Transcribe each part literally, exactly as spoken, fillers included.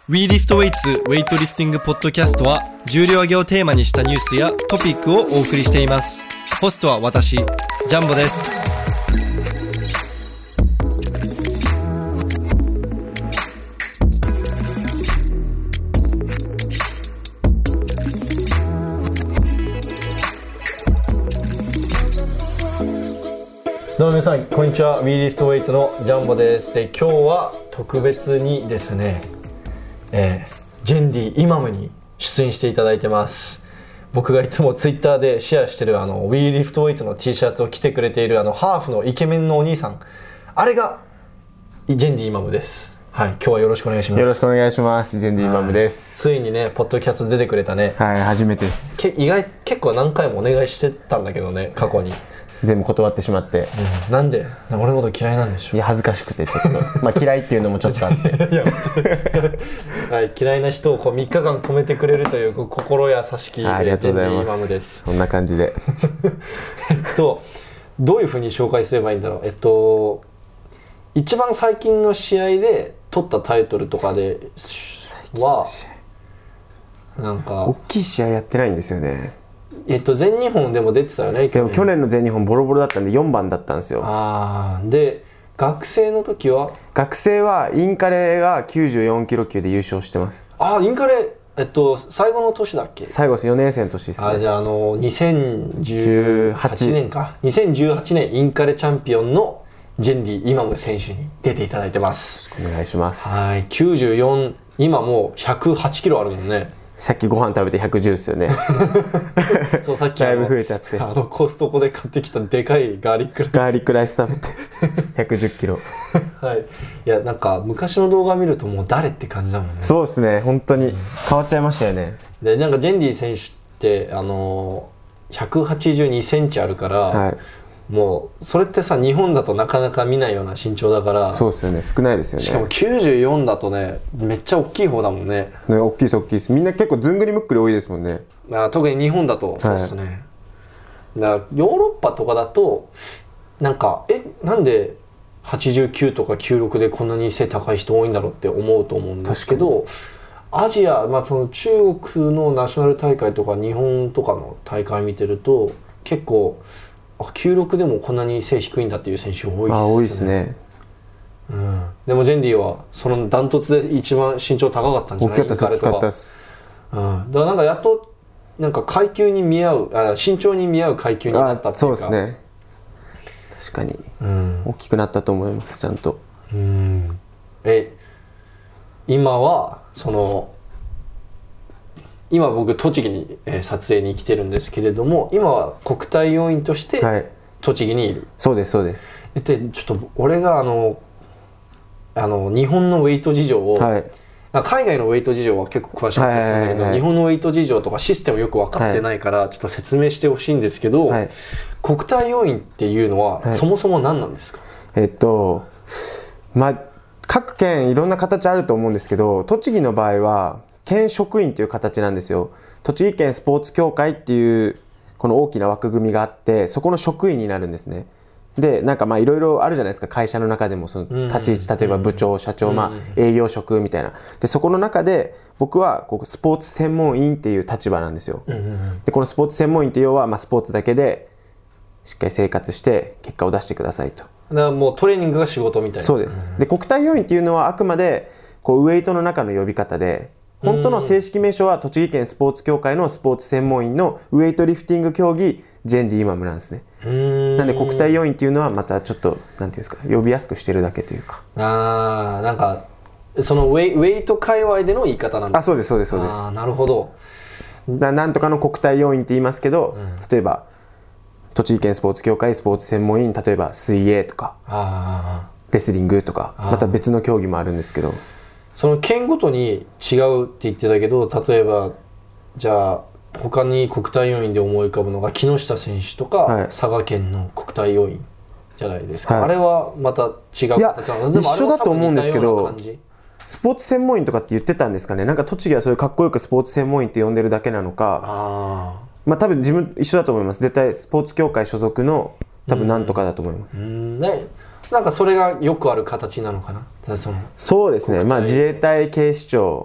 We Lift Weights ウェイトリフティングポッドキャストは重量挙げをテーマにしたニュースやトピックをお送りしています。ホストは私、ジャンボです。どうも皆さんこんにちは。 We Lift Weights のジャンボです。で、今日は特別にですね、えー、ジェンディイマムに出演していただいてます。僕がいつもツイッターでシェアしてるあの We Lift Weights の T シャツを着てくれているあのハーフのイケメンのお兄さん、あれがジェンディイマムです。はい、今日はよろしくお願いします。 よろしくお願いします。ジェンディイマムです。 ついにね、ポッドキャスト出てくれたね。 はい、初めてです。 け意外結構何回もお願いしてたんだけどね、過去に。 全部断ってしまって、 うん、なんで俺のこと嫌いなんでしょう。 いや、恥ずかしくてちょっとまあ嫌いっていうのもちょっとあっていやはい、嫌いな人をこうみっかかん止めてくれるという心優しきジェンディイマムです。 そんな感じでえっとどういうふうに紹介すればいいんだろう。えっと一番最近の試合で取ったタイトルとかではなんか大きい試合やってないんですよね。 えっと、全日本でも出てたよね。 でも去年の全日本ボロボロだったんでよんばんだったんですよ。 ああ、で学生の時は学生はインカレがきゅうじゅうよんキロ級で優勝してます。 ああ、インカレ、えっと最後の年だっけ。 最後よねん生の年ですね。 あ、じゃあ、あのにせんじゅうはちねんかにせんじゅうはちねんインカレチャンピオンのジェンディイマム選手に出ていただいてます。 よろしくお願いします。 はい、きゅうじゅうよん、今もうひゃくはちキロあるもんね。 さっきご飯食べてひゃくじゅうですよねそう、さっきだいぶ増えちゃって、 あのコストコで買ってきたでかいガーリックライスガーリックライス食べてひゃくじゅっキロはい、いや、なんか昔の動画見るともう誰って感じだもんね。 そうですね、本当に変わっちゃいましたよね。 で、なんかジェンディ選手ってあのひゃくはちじゅうにセンチあるから、はい、もうそれってさ、日本だとなかなか見ないような身長だから。 そうですよね、少ないですよね。 しかもきゅうじゅうよんだとね、めっちゃ大きい方だもんね。 ね、大きいです大きいです。みんな結構ずんぐりむっくり多いですもんね。 あ、特に日本だとそうですね、はい、だからヨーロッパとかだとなんかえなんではちじゅうきゅうとかきゅうじゅうろくでこんなに背高い人多いんだろうって思うと思うんですけど、アジア、まあ、その中国のナショナル大会とか日本とかの大会見てると結構きゅうじゅうろくでもこんなに背低いんだっていう選手多いですね。 あ、多いですね。 うん、でもジェンディはそのダントツで一番身長高かったんじゃない？ 大きかったです、大きかったです。 うん、だからなんかやっとなんか階級に見合う、あ、身長に見合う階級になったっていうか。 そうですね、確かに、うん、大きくなったと思います、ちゃんと。 うん、え今はその今僕栃木に、えー、撮影に来てるんですけれども、今は国体要員として栃木にいる、はい、 そうですそうです。 でちょっと俺があのあの日本のウェイト事情を、はい、海外のウェイト事情は結構詳しかったですけど、はい、日本のウェイト事情とかシステムよく分かってないから、はい、ちょっと説明してほしいんですけど、はい、国体要員っていうのは、はい、そもそも何なんですか？ えっとまあ各県いろんな形あると思うんですけど、栃木の場合は県職員という形なんですよ。栃木県スポーツ協会っていうこの大きな枠組みがあって、そこの職員になるんですね。で、なんかまあいろいろあるじゃないですか、会社の中でもその立ち位置、例えば部長、社長、まあ営業職みたいな。で、そこの中で僕はここスポーツ専門員っていう立場なんですよ。で、このスポーツ専門員って要はまあスポーツだけでしっかり生活して結果を出してくださいと。 だからもうトレーニングが仕事みたいな。 そうです。で、国体要員っていうのはあくまでこうウェイトの中の呼び方で、本当の正式名称は栃木県スポーツ協会のスポーツ専門員のウェイトリフティング競技ジェンディイマムなんですね。なんで国体要員っていうのはまたちょっとなんていうんですか、呼びやすくしてるだけというか。 ああ、なんかそのウェイ、ウェイト界隈での言い方なんですか？ あ、そうですそうですそうです。 ああ、なるほど。 ななんとかの国体要員って言いますけど、うん、例えば栃木県スポーツ協会スポーツ専門員、例えば水泳とかあレスリングとか、また別の競技もあるんですけど。 その県ごとに違うって言ってたけど、例えばじゃあ他に国体要員で思い浮かぶのが木下選手とか、はい、佐賀県の国体要員じゃないですか、はい、あれはまた違う形なの？ いや、一緒だと思うんですけど、スポーツ専門員とかって言ってたんですかね。なんか栃木はそういうかっこよくスポーツ専門員って呼んでるだけなのか、あ、まあ多分自分一緒だと思います。絶対スポーツ協会所属の多分なんとかだと思います。 うん、ね、なんかそれがよくある形なのかな。そのそうですね、まあ、自衛隊警視庁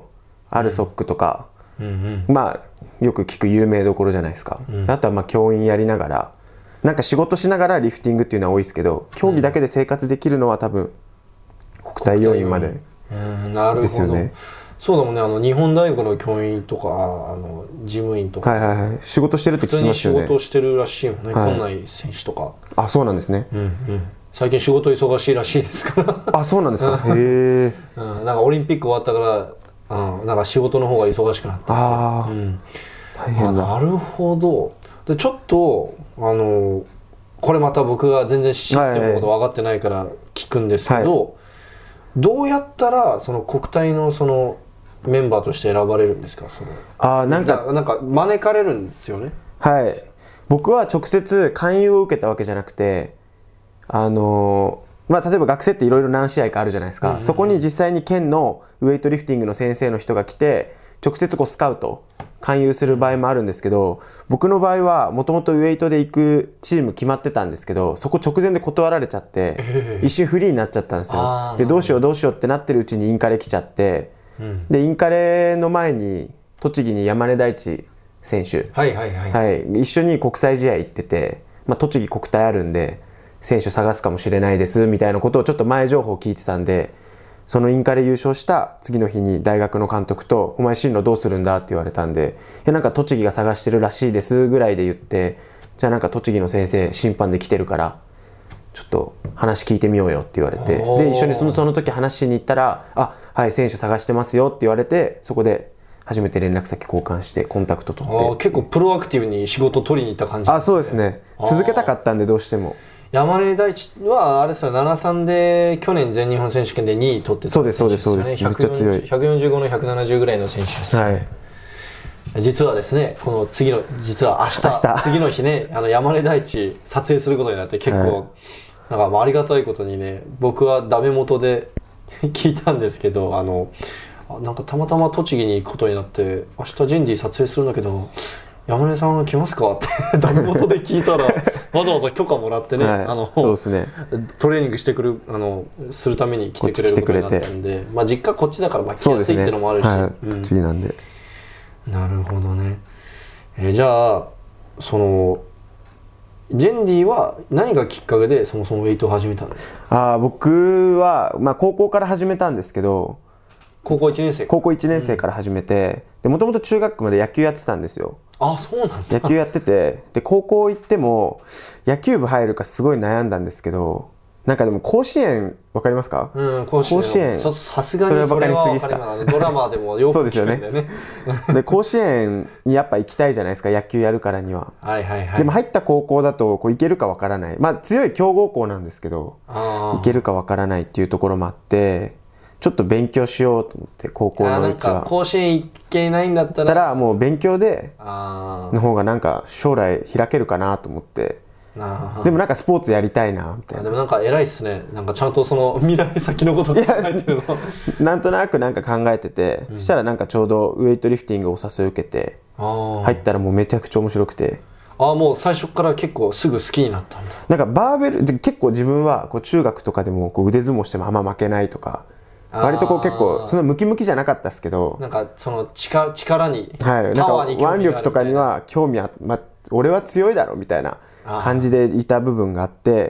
アルソックとか、 うんうん、 まあよく聞く有名どころじゃないですか、うん、あとはまあ教員やりながらなんか仕事しながらリフティングっていうのは多いですけど、競技だけで生活できるのは多分国体要員までですよね。 そうだもんね、あの日本大学の教員とかあの事務員とか、 はいはいはい、仕事してるって聞きますよね。 普通に仕事してるらしいもんね、はい、今内選手とか。 あ、そうなんですね、 うんうん、最近仕事忙しいらしいですからあ、そうなんですかへえ、 うん、なんかオリンピック終わったから、うん、なんか仕事の方が忙しくなってて、 あ、 うん、 大変だ。 なるほど。でちょっとあのこれまた僕が全然システムのこと分かってないから聞くんですけど、はいはい、どうやったらその国体のそのメンバーとして選ばれるんですか？そのあ、なんかなんか招かれるんですよね。 はい、僕は直接勧誘を受けたわけじゃなくて、あのーまあ、例えば学生っていろいろ何試合かあるじゃないですか、うんうんうん、そこに実際に県のウエイトリフティングの先生の人が来て直接こうスカウト勧誘する場合もあるんですけど、僕の場合はもともとウエイトで行くチーム決まってたんですけど、そこ直前で断られちゃって、えー、一瞬フリーになっちゃったんですよ。でどうしようどうしようってなってるうちにインカレ来ちゃって、うん、でインカレの前に栃木に山根大地選手、 はいはいはいはい、一緒に国際試合行ってて、まあ、栃木国体あるんで選手探すかもしれないですみたいなことをちょっと前情報聞いてたんで、そのインカレ優勝した次の日に大学の監督と「お前進路どうするんだ?」って言われたんで「いやなんか栃木が探してるらしいです」ぐらいで言って、じゃあなんか栃木の先生審判で来てるからちょっと話聞いてみようよって言われて、で一緒にそのその時話しに行ったら「あ、はい、選手探してますよ」って言われて、そこで初めて連絡先交換してコンタクト取って。 あ、結構プロアクティブに仕事取りに行った感じですね。 あ、そうですね、続けたかったんでどうしても。 山根大地はあれですよ、ななじゅうさんで去年全日本選手権でにい取ってた選手ですよね。 そうですそうです、めっちゃ強い。 ひゃくよんじゅうごのひゃくななじゅうぐらいの選手ですよね、はい、実はですね、この次の実は明日、明日次の日ね、あの山根大地撮影することになって結構、はい、なんかありがたいことにね、僕はダメ元で聞いたんですけど、あのなんかたまたま栃木に行くことになって明日ジェンディ撮影するんだけど山根さん来ますかってダメ元で聞いたらわざわざ許可もらってね、はい、あのそうですね、 トレーニングしてくるあのするために来てくれることになったんで、まあ、実家こっちだからまあ来やすいっていうのもあるし、 はい、栃木なんで、 うん、なるほどね。えー、じゃあそのジェンディは何がきっかけでそもそもウェイトを始めたんですか？ あ、僕は、まあ、高校から始めたんですけど、 高校いちねん生高校いちねん生から始めて、もともと中学まで野球やってたんですよ。 あ、そうなんだ。 野球やってて、で高校行っても野球部入るかすごい悩んだんですけど、なんかでも甲子園わかりますか？ うん、甲子園。甲子園さすがにそれは分かります。ドラマでもよく聞くんだよね。 で甲子園にやっぱ行きたいじゃないですか、野球やるからには。 はいはいはい。 でも入った高校だとこう行けるかわからない、まあ強い強豪校なんですけど行けるかわからないっていうところもあって、ちょっと勉強しようと思って、高校のうちは。 なんか甲子園行けないんだったらたらもう勉強での方がなんか将来開けるかなと思って、でもなんかスポーツやりたいなみたいな。 でもなんか偉いっすね、なんかちゃんとその未来先のこと考えてるのなんとなくなんか考えてて、うん、そしたらなんかちょうどウエイトリフティングお誘い受けて入ったらもうめちゃくちゃ面白くて。 ああ、もう最初から結構すぐ好きになったんだ。 なんかバーベル結構自分はこう中学とかでもこう腕相撲してもあんま負けないとか、割とこう結構そのムキムキじゃなかったですけど、 なんかその力力に、 はい、なんか腕力とかには興味あ、まあ、俺は強いだろみたいな感じでいた部分があって、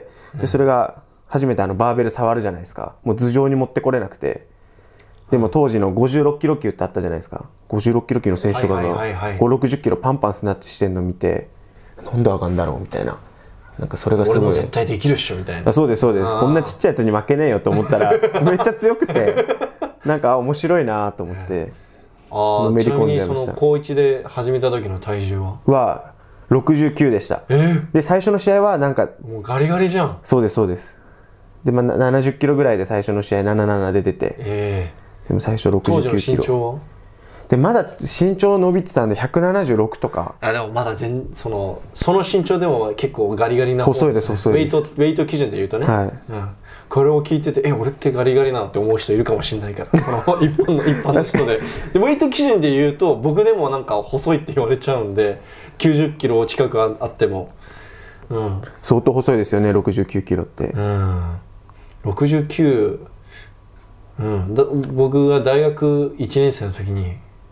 でそれが初めてあのバーベル触るじゃないですか。もう頭上に持ってこれなくて、でも当時のごじゅうろっキロ級ってあったじゃないですか。ごじゅうろっキロ級の選手とかがご、ろくじゅっキロパンパンスナッチしてんの見て、なんであかんだろうみたいな。なんかそれがすごい、 俺も絶対できるっしょみたいな。 そうですそうです。こんなちっちゃいやつに負けねえよと思ったらめっちゃ強くて、なんか面白いなと思ってのめり込んじゃいました。ちなみにその高いちで始めた時の体重ははろくじゅうきゅうでした。 えー、 で最初の試合はなんかもうガリガリじゃん。 そうですそうです。で、まあ、ななじゅっキロぐらいで最初の試合ななじゅうななで出て、 えー、でも最初ろくじゅうきゅうキロ。 当時の身長はでまだ身長伸びてたんでひゃくななじゅうろくとか。 あ、でもまだ全そのその身長でも結構ガリガリな方ですね。 細いです細いです。 ウェイトウェイト基準で言うとね、 はい、 うん、これを聞いててえ俺ってガリガリなって思う人いるかもしれないからその一般の一般の人ででウェイト基準で言うと僕でもなんか細いって言われちゃうんで、きゅうじゅっキロ近くあっても、うん、 相当細いですよねろくじゅうきゅうキロって、 うん、ろくじゅうきゅう、うん、だ僕が大学いちねん生の時に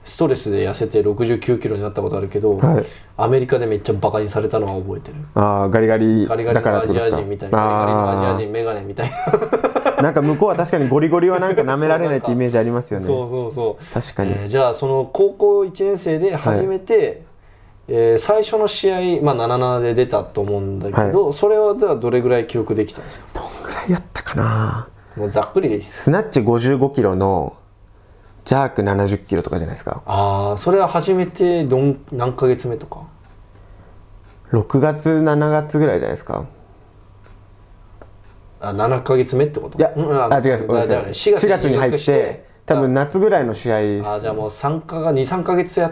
ストレスで痩せてろくじゅうきゅうキロになったことあるけど、 はい、 アメリカでめっちゃバカにされたのは覚えてる。 ああガリガリガリガリのアジア人みたいな、ガリガリのアジア人メガネみたいななんか向こうは確かにゴリゴリはなんか舐められないってイメージありますよね。 そうそうそう確かに、 えー、じゃあその高校いちねん生で初めて、はい、えー、最初の試合、まあ、ななたいななで出たと思うんだけど、はい、それはではどれぐらい記録できたんですか？ どんぐらいやったかな。 もうざっくりでいいです。 スナッチごじゅうごキロのジャークななじゅっキロとかじゃないですか。 ああ、それは初めてどん何ヶ月目とか？ ろくがつしちがつぐらいじゃないですか。 あ、ななかげつめってこと？ いや、うん、あ、違います。しがつに入って多分夏ぐらいの試合です。 あ、じゃあもうさんかにさんかげつやって、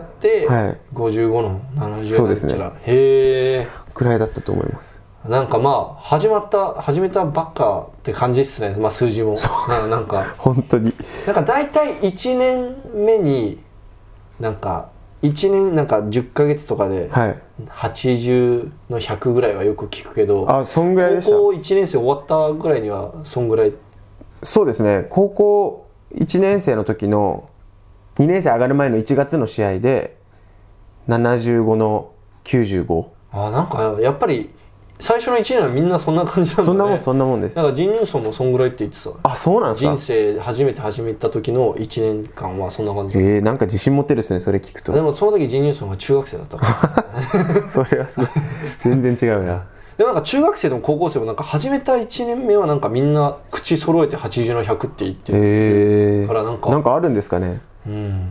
はい、ごじゅうごのななじゅうそうですね。 へえ。 くらいだったと思います。 なんかまあ始まった始めたばっかって感じっすね。まあ数字もな, なんか本当になんか大体いちねんめになんかいちねんなんかじゅっかげつとかではちじゅうのひゃくぐらいはよく聞くけど、 あ、そんぐらいでした。 高校いちねん生終わったぐらいにはそんぐらい。 そうですね。高校いちねん生の時のにねん生上がる前のいちがつの試合でななじゅうごのきゅうじゅうご。 あ、なんかやっぱり最初のいちねんはみんなそんな感じなんだね。 そんなもんそんなもんです。 なんかジン・ニューソンもそんぐらいって言ってた。 あ、そうなんですか。 人生初めて始めた時のいちねんかんはそんな感じ。 えー、なんか自信持ってるですね、それ聞くと。 でもその時ジン・ニューソンが中学生だったからそれはすごい全然違うな。 でもなんか中学生でも高校生もなんか始めたいちねんめはなんかみんな口揃えてはちじゅうのひゃくって言ってる、 えー、 からなんかなんかあるんですかね。 うん、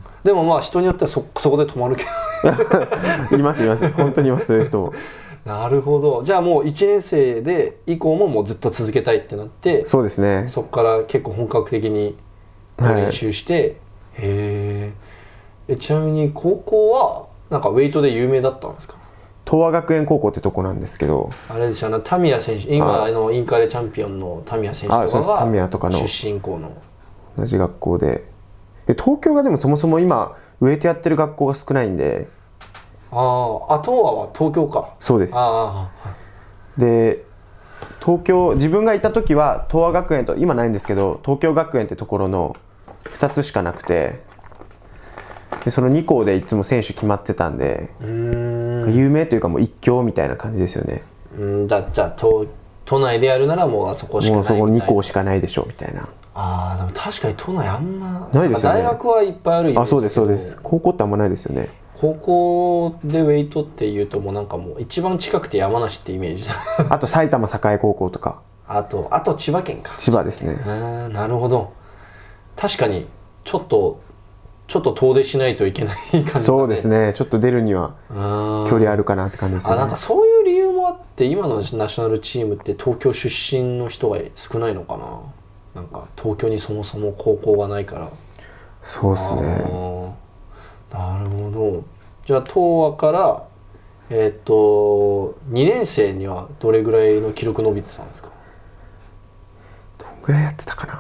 でもまあ人によっては そ, そこで止まるけどいますいます、本当にいます、そういう人。 なるほど。じゃあもういちねん生で以降ももうずっと続けたいってなって、 そうですね。 そこから結構本格的に練習して、はい、へえ。ちなみに高校はなんかウェイトで有名だったんですか？ 東亜学園高校ってとこなんですけど、 あれですよね、タミヤ選手、今あのインカレチャンピオンのタミヤ選手とかがタミヤとかの出身校の同じ学校で、東京がでもそもそも今ウェイトやってる学校が少ないんで。 ああ、東亜は東京か。 そうです。 あで東京、自分がいた時は東亜学園と今ないんですけど、東京学園ってところのふたつしかなくて、でそのに校でいつも選手決まってたんで、うーん、有名というかもう一強みたいな感じですよね。 うん、だじゃあ都都内でやるならもうあそこしかないみたいな。 もうそこに校しかないでしょみたいな。 ああ、でも確かに都内あんまないですよね。 大学はいっぱいあるイメージだけど。 あ、そうですそうです。高校ってあんまないですよね。 高校でウェイトっていうともうなんかもう一番近くて山梨ってイメージだあと埼玉栄高校とか、 あとあと千葉県か。 千葉ですね。 あ、なるほど。確かにちょっとちょっと遠出しないといけない感じだね。 そうですね、ちょっと出るには距離あるかなって感じですよね。 あ、なんかそういう理由もあって今のナショナルチームって東京出身の人が少ないのかな。なんか東京にそもそも高校がないから。 そうですね。 なるほど。じゃあ東亜からえっとにねん生にはどれぐらいの記録伸びてたんですか？ どんぐらいやってたかな。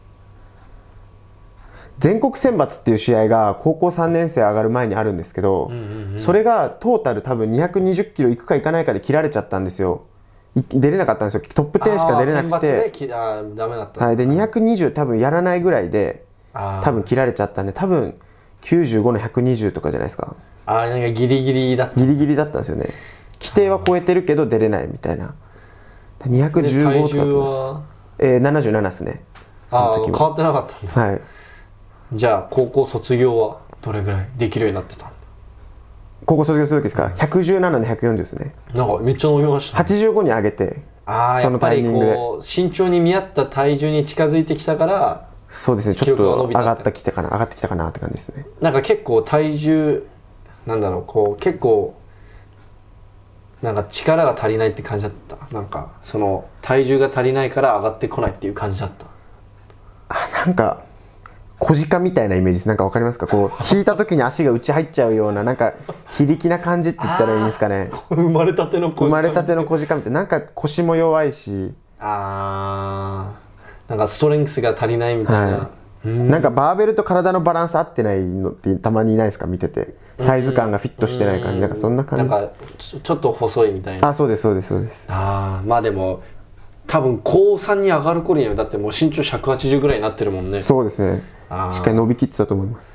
全国選抜っていう試合が高校さんねん生上がる前にあるんですけど、それがトータル多分にひゃくにじゅっキロいくかいかないかで切られちゃったんですよ。出れなかったんですよ。トップじゅうしか出れなくて、 選抜であダメだった。 はい、でにひゃくにじゅう多分やらないぐらいで多分切られちゃったんで、多分きゅうじゅうごのひゃくにじゅうとかじゃないですか。 ああ、なんかギリギリだった。 ギリギリだったんですよね。規定は超えてるけど出れないみたいな。にひゃくじゅうごとかだと思います。えー、ななじゅうななですね。 ああ、変わってなかったんだ。 はい。 じゃあ高校卒業はどれぐらいできるようになってたんだ？ 高校卒業する時ですか？ひゃくじゅうななのひゃくよんじゅうですね。 なんかめっちゃ伸びましたね。 はちじゅうごに上げて、 ああ、そのタイミングでやっぱりこう身長に見合った体重に近づいてきたから、 そうですね、ちょっと上がってきたかな上がってきたかなって感じですね。 なんか結構体重なんだろう、こう結構なんか力が足りないって感じだった。なんかその体重が足りないから上がってこないっていう感じだった。 あ、なんか小鹿みたいなイメージです。なんかわかりますか？こう引いた時に足が内入っちゃうような、なんか非力な感じって言ったらいいんですかね。 生まれたての小鹿。 生まれたての小鹿みたいな、なんか腰も弱いし、 あー、なんかストレングスが足りないみたいな。 はい、んなんかバーベルと体のバランス合ってないのってたまにいないですか？見ててサイズ感がフィットしてない感じ、なんかそんな感じ。 なんかちょ、ちょっと細いみたいな。 あ、そうですそうですそうです。 ああ、まあでも多分高さんに上がる頃にはだってもう身長ひゃくはちじゅうぐらいになってるもんね。 そうですね、しっかり伸びきってたと思います。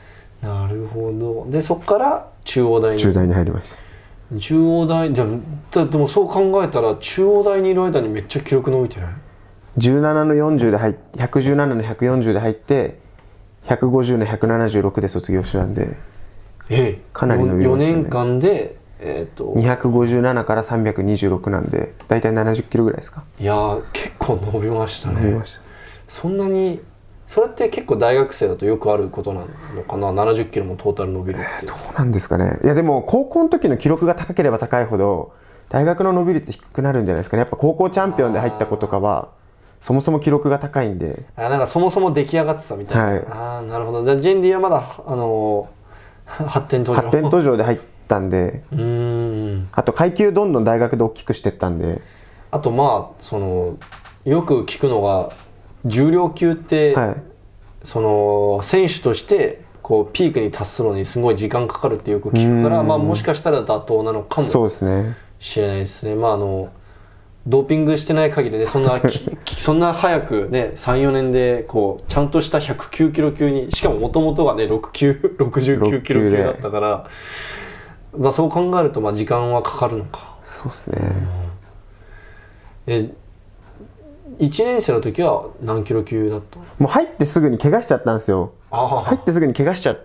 なるほど。でそこから中央大に中大に入りました。 中央大でも、でもそう考えたら中央大にいる間にめっちゃ記録伸びてない？ じゅうななのよんじゅうで入ってひゃくじゅうななのひゃくよんじゅうで入ってひゃくごじゅうのひゃくななじゅうろくで卒業したんで、 ええ、 かなり伸びましたね。 よねんかんで、えー、とにひゃくごじゅうななからさんびゃくにじゅうろくなんでだいたいななじゅっキロぐらいですか。 いやー結構伸びましたね。 伸びました。 そんなにそれって結構大学生だとよくあることなのかな、ななじゅっキロもトータル伸びるって。 えー、どうなんですかね。いやでも高校の時の記録が高ければ高いほど大学の伸び率低くなるんじゃないですかね。やっぱ高校チャンピオンで入った子とかはそもそも記録が高いんで、 あなんかそもそも出来上がってたみたいな、はい、ああなるほど。じゃあジェンディはまだあのー、発展途上発展途上で入ったんで、 うーん、 あと階級どんどん大学で大きくしてったんで、 あとまあそのよく聞くのが重量級って、はい、その選手としてこうピークに達するのにすごい時間かかるってよく聞くから、まあ、もしかしたら妥当なのかもしれないですね。まああのドーピングしてない限りね、そんなそんな早くねさんよねんでこうちゃんとしたひゃくきゅうキロ級に、しかももともとがねろくじゅうきゅうキロ級だったから、まあそう考えるとまあ時間はかかるのか。 そうですね、 うん、えいちねん生の時は何キロ級だった？ もう入ってすぐに怪我しちゃったんですよ。入ってすぐに怪我しちゃって。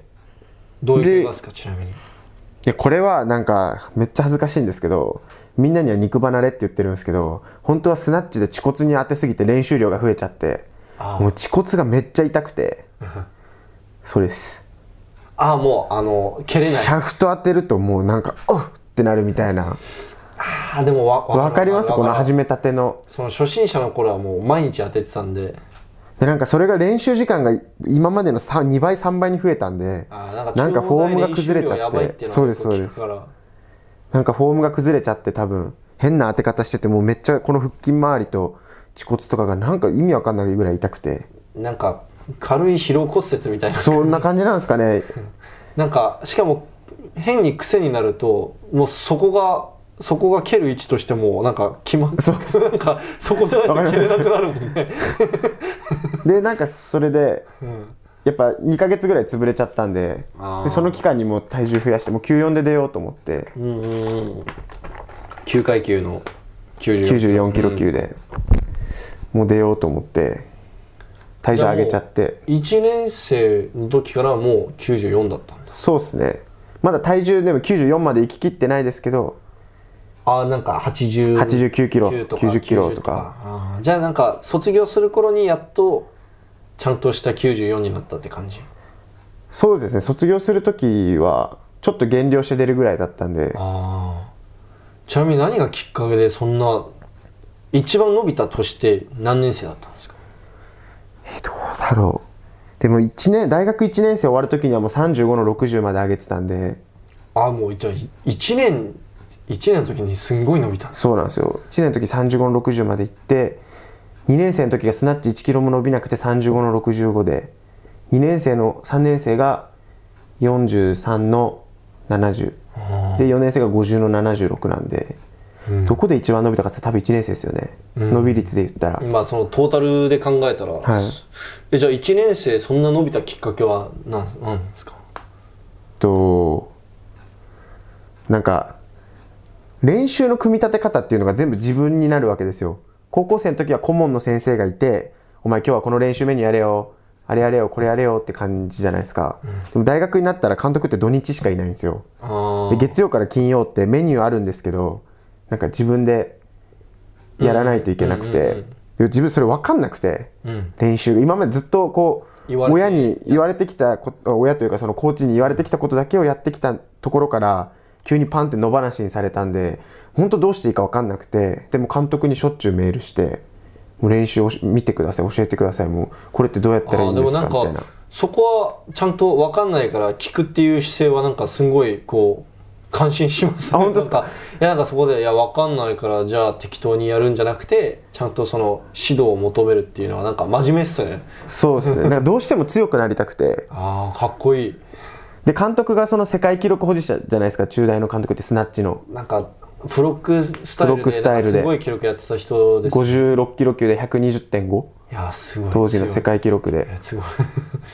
どういう怪我ですかちなみに？いやこれはなんかめっちゃ恥ずかしいんですけど、みんなには肉離れって言ってるんですけど、本当はスナッチで恥骨に当てすぎて練習量が増えちゃって、もう恥骨がめっちゃ痛くてそうです。 ああもうあの蹴れない。 シャフト当てるともうなんかおっってなるみたいな。 あでもわ分かります？この始めたてのその初心者の頃はもう毎日当ててたんで、 でなんかそれが練習時間が今までのにばいさんばいに増えたんで、 あなんかフォームが崩れちゃって、そうですそうです、なんかフォームが崩れちゃって多分変な当て方してて、もうめっちゃこの腹筋周りと恥骨とかがなんか意味わかんないぐらい痛くて、 なんか軽い疲労骨折みたいな、 そんな感じなんですかねなんかしかも変に癖になるともうそこがそこが蹴る位置としてもなんか決まっそうなんかそこじゃないと蹴れなくなるもんねでなんかそれで、うん、やっぱにかげつぐらい潰れちゃったんで、でその期間にもう体重増やしてもうきゅうじゅうよんで出ようと思って、うんうんきゅうかい級のきゅうじゅうよんキロ級で、うん、もう出ようと思って体重上げちゃって、 いちねん生の時からもうきゅうじゅうよんだったんです。 そうっすね。まだ体重でもきゅうじゅうよんまで行ききってないですけど、 あなんかはちじゅうはちじゅうきゅうキロきゅうじゅっキロとか、 あじゃあなんか卒業する頃にやっとちゃんとしたきゅうじゅうよんになったって感じ？ そうですね。卒業する時はちょっと減量して出るぐらいだったんで。 あちなみに何がきっかけでそんな一番伸びた年って何年生だったんですか？ えどうだろう。でもいちねん大学いちねん生終わる時にはもうさんじゅうごのろくじゅうまで上げてたんで。 あもうじゃあいちねんいちねんの時にすんごい伸びたんです。 そうなんですよ。いちねんの時さんじゅうごのろくじゅうまで行って、にねん生の時がスナッチいちキロも伸びなくてさんじゅうごのろくじゅうごで、にねん生のさんねん生がよんじゅうさんのななじゅうでよねん生がごじゅうのななじゅうろくなんで、うん、どこで一番伸びたかって多分いちねん生ですよね、うん、伸び率で言ったら。 まあそのトータルで考えたら、はい、えじゃあいちねん生そんな伸びたきっかけは何ですか？ となんか練習の組み立て方っていうのが全部自分になるわけですよ。高校生の時は顧問の先生がいて、お前今日はこの練習メニューやれよ、あれやれよ、これやれよって感じじゃないですか、うん、でも大学になったら監督って土日しかいないんですよ。で月曜から金曜ってメニューあるんですけど、なんか自分でやらないといけなくて、自分それ分かんなくて、うん、練習今までずっとこう親に言われてきたこと、親というかそのコーチに言われてきたことだけをやってきたところから急にパンって野放しにされたんで、本当どうしていいか分かんなくて、でも監督にしょっちゅうメールして、もう練習を見てください、教えてください、もうこれってどうやったらいいんですかみたいな。 そこはちゃんと分かんないから聞くっていう姿勢はなんかすごいこう感心しますね。 あ本当ですか？ いやなんかそこでいや分かんないからじゃあ適当にやるんじゃなくて、ちゃんとその指導を求めるっていうのはなんか真面目っすね。 そうですね。なんかどうしても強くなりたくて。 ああかっこいい。 で監督がその世界記録保持者じゃないですか、中大の監督ってスナッチの。 なんかフロックスタイルで、ね、すごい記録やってた人です、ね、 ごじゅうろっキロ級で ひゃくにじゅってんご。 いやすごい。 当時の世界記録で。 すごい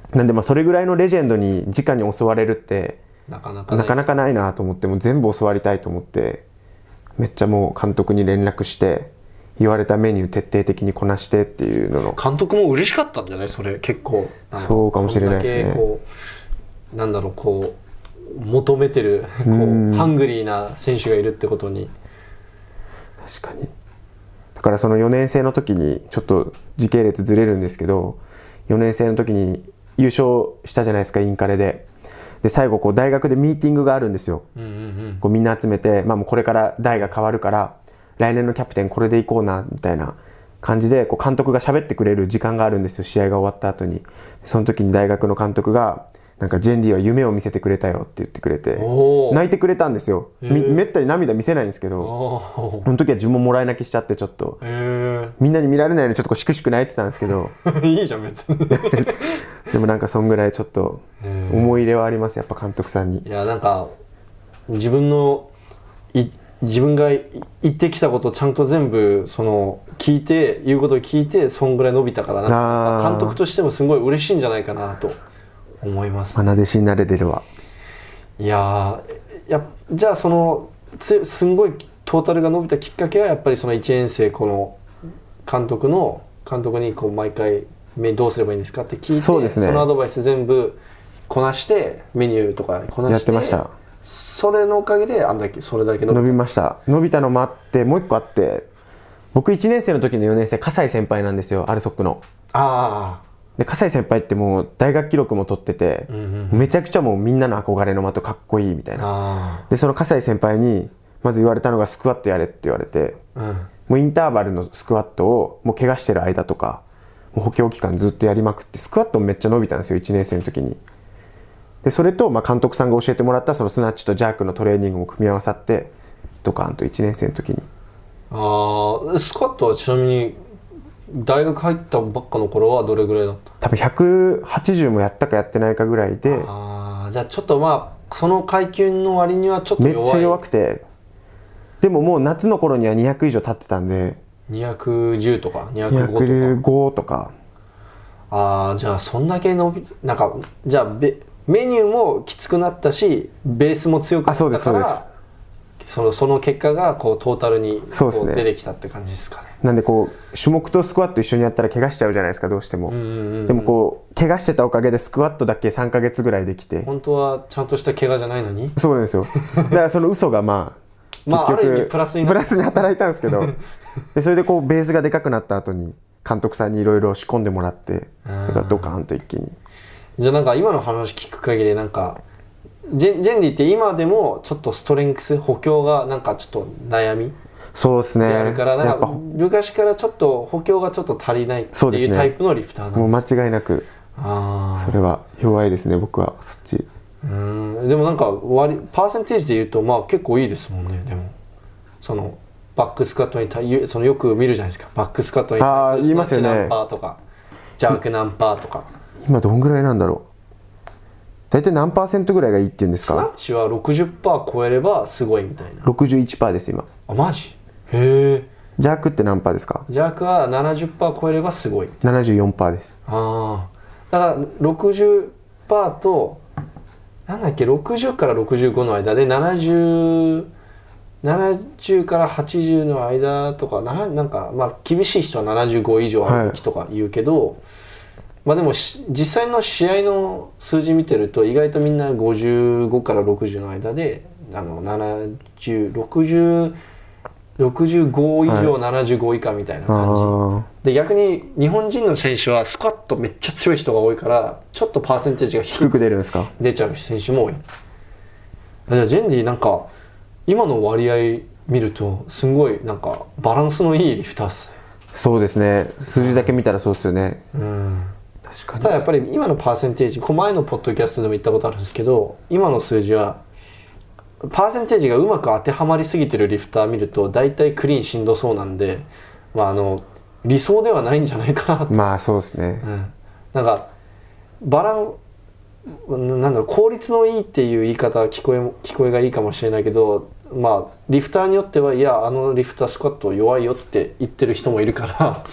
なんでまあそれぐらいのレジェンドに直に教われるってなかなかなかなかないなと思って、もう全部教わりたいと思って、めっちゃもう監督に連絡して言われたメニュー徹底的にこなしてっていうのの。 監督も嬉しかったんじゃないそれ結構。 そうかもしれないですね。 こうなんだろうこう求めてるこうハングリーな選手がいるってことに。 確かに。だからそのよねん生の時にちょっと時系列ずれるんですけど、よねん生の時に優勝したじゃないですか、インカレで。で最後こう大学でミーティングがあるんですよ。 うんうんうん、こうみんな集めて、まあ、もうこれから代が変わるから来年のキャプテンこれでいこうなみたいな感じでこう監督が喋ってくれる時間があるんですよ、試合が終わった後に。その時に大学の監督がなんかジェンディは夢を見せてくれたよって言ってくれて泣いてくれたんですよ。めったに涙見せないんですけど、その時は自分ももらい泣きしちゃって、ちょっとみんなに見られないようにちょっとこうしくしく泣いてたんですけどいいじゃん別にでもなんかそんぐらいちょっと思い入れはあります、やっぱ監督さんに。 いやなんか自分のい自分が言ってきたことをちゃんと全部その聞いて言うことを聞いてそんぐらい伸びたから、なんか監督としてもすごい嬉しいんじゃないかなと思います。 愛弟子になれてるわ。 いややじゃあそのつすんごいトータルが伸びたきっかけはやっぱりそのいちねん生この監督の監督にこう毎回どうすればいいんですかって聞いて、 そうですね、 そのアドバイス全部こなしてメニューとかこなしてやってました。 それのおかげであんだけそれだけ伸びた。 伸びました。伸びたのもあって、もう一個あって、僕いちねん生の時のよねん生葛西先輩なんですよ、アルソックの。 ああ。 で葛西先輩ってもう大学記録も取ってて、うんうんうん、めちゃくちゃもうみんなの憧れの的かっこいいみたいな。でその葛西先輩にまず言われたのがスクワットやれって言われて、うん、もうインターバルのスクワットをもう怪我してる間とかもう補強期間ずっとやりまくって、スクワットもめっちゃ伸びたんですよいちねん生の時に。でそれとまあ監督さんが教えてもらったそのスナッチとジャークのトレーニングも組み合わさってドカーンといちねん生の時に。 ああ、スクワットはちなみに大学入ったばっかの頃はどれぐらいだった？ 多分ひゃくはちじゅうもやったかやってないかぐらいで。 ああ、じゃあちょっとまあその階級の割にはちょっと弱い。 めっちゃ弱くて、でももう夏の頃にはにひゃく以上経ってたんでにひゃくじゅうとかにひゃくごとかにひゃくごとか。 ああ、じゃあそんだけ伸びなんかじゃあベメニューもきつくなったしベースも強くなったから、 あ、そうですそうです。 そのその結果がこうトータルにこう出てきたって感じですかね。 なんでこう種目とスクワット一緒にやったら怪我しちゃうじゃないですか、どうしても。でもこう怪我してたおかげでスクワットだけさんかげつぐらいできて。 本当はちゃんとした怪我じゃないのに。 そうなんですよ。だからその嘘がまあまあある意味プラスにプラスに働いたんですけどでそれでこうベースがでかくなった後に監督さんにいろいろ仕込んでもらって、それからドカーンと一気に。 じゃあなんか今の話聞く限りなんかジェンディって今でもちょっとストレングス補強がなんかちょっと悩みそうですね。 あるからなんか昔からちょっと補強がちょっと足りないっていうタイプのリフターなんです。 もう間違いなくあそれは弱いですね、僕はそっち。 うんでもなんか割パーセンテージで言うとまあ結構いいですもんね。でもそのバックスカットに対そのよく見るじゃないですか、バックスカットに対するスナッチ何パーとかジャーク何パーとか。 今どんぐらいなんだろう。大体何パーセントぐらいがいいっていうんですか？ スナッチは ろくじゅっパーセント 超えればすごいみたいな。 ろくじゅういちパーセント です今。 あ、マジ？へえ。 ジャークって何パーですか？ ジャークは ななじゅっパーセント 超えればすごい。 ななじゅうよんパーセントです。 ああ、だから ろくじゅっパーセント となんだっけろくじゅうからろくじゅうごの間でななじゅう、ななじゅうからはちじゅうの間とか な, なんかまあ厳しい人はななじゅうご以上あるとか言うけど、はい、まあでも実際の試合の数字見てると意外とみんなごじゅうごからろくじゅうの間であのななじゅう、ろくじゅう、ろくじゅうご以上、はい、ななじゅうご以下みたいな感じで、逆に日本人の選手はスクワットめっちゃ強い人が多いからちょっとパーセンテージが低く出るんですか？ 出ちゃう選手も多い。じゃあジェンディなんか今の割合見るとすごいなんかバランスのいいリフターっすね。 そうですね、数字だけ見たらそうですよね。 うん、確かに。ただやっぱり今のパーセンテージ、この前のポッドキャストでも言ったことあるんですけど、今の数字はパーセンテージがうまく当てはまりすぎてるリフター見ると大体クリーンしんどそうなんで、まあ、あの理想ではないんじゃないかなと。 まあそうですね、 うん、なんかバランなんだろう効率のいいっていう言い方は聞こえ聞こえがいいかもしれないけど、まあリフターによってはいやあのリフタースクワット弱いよって言ってる人もいるから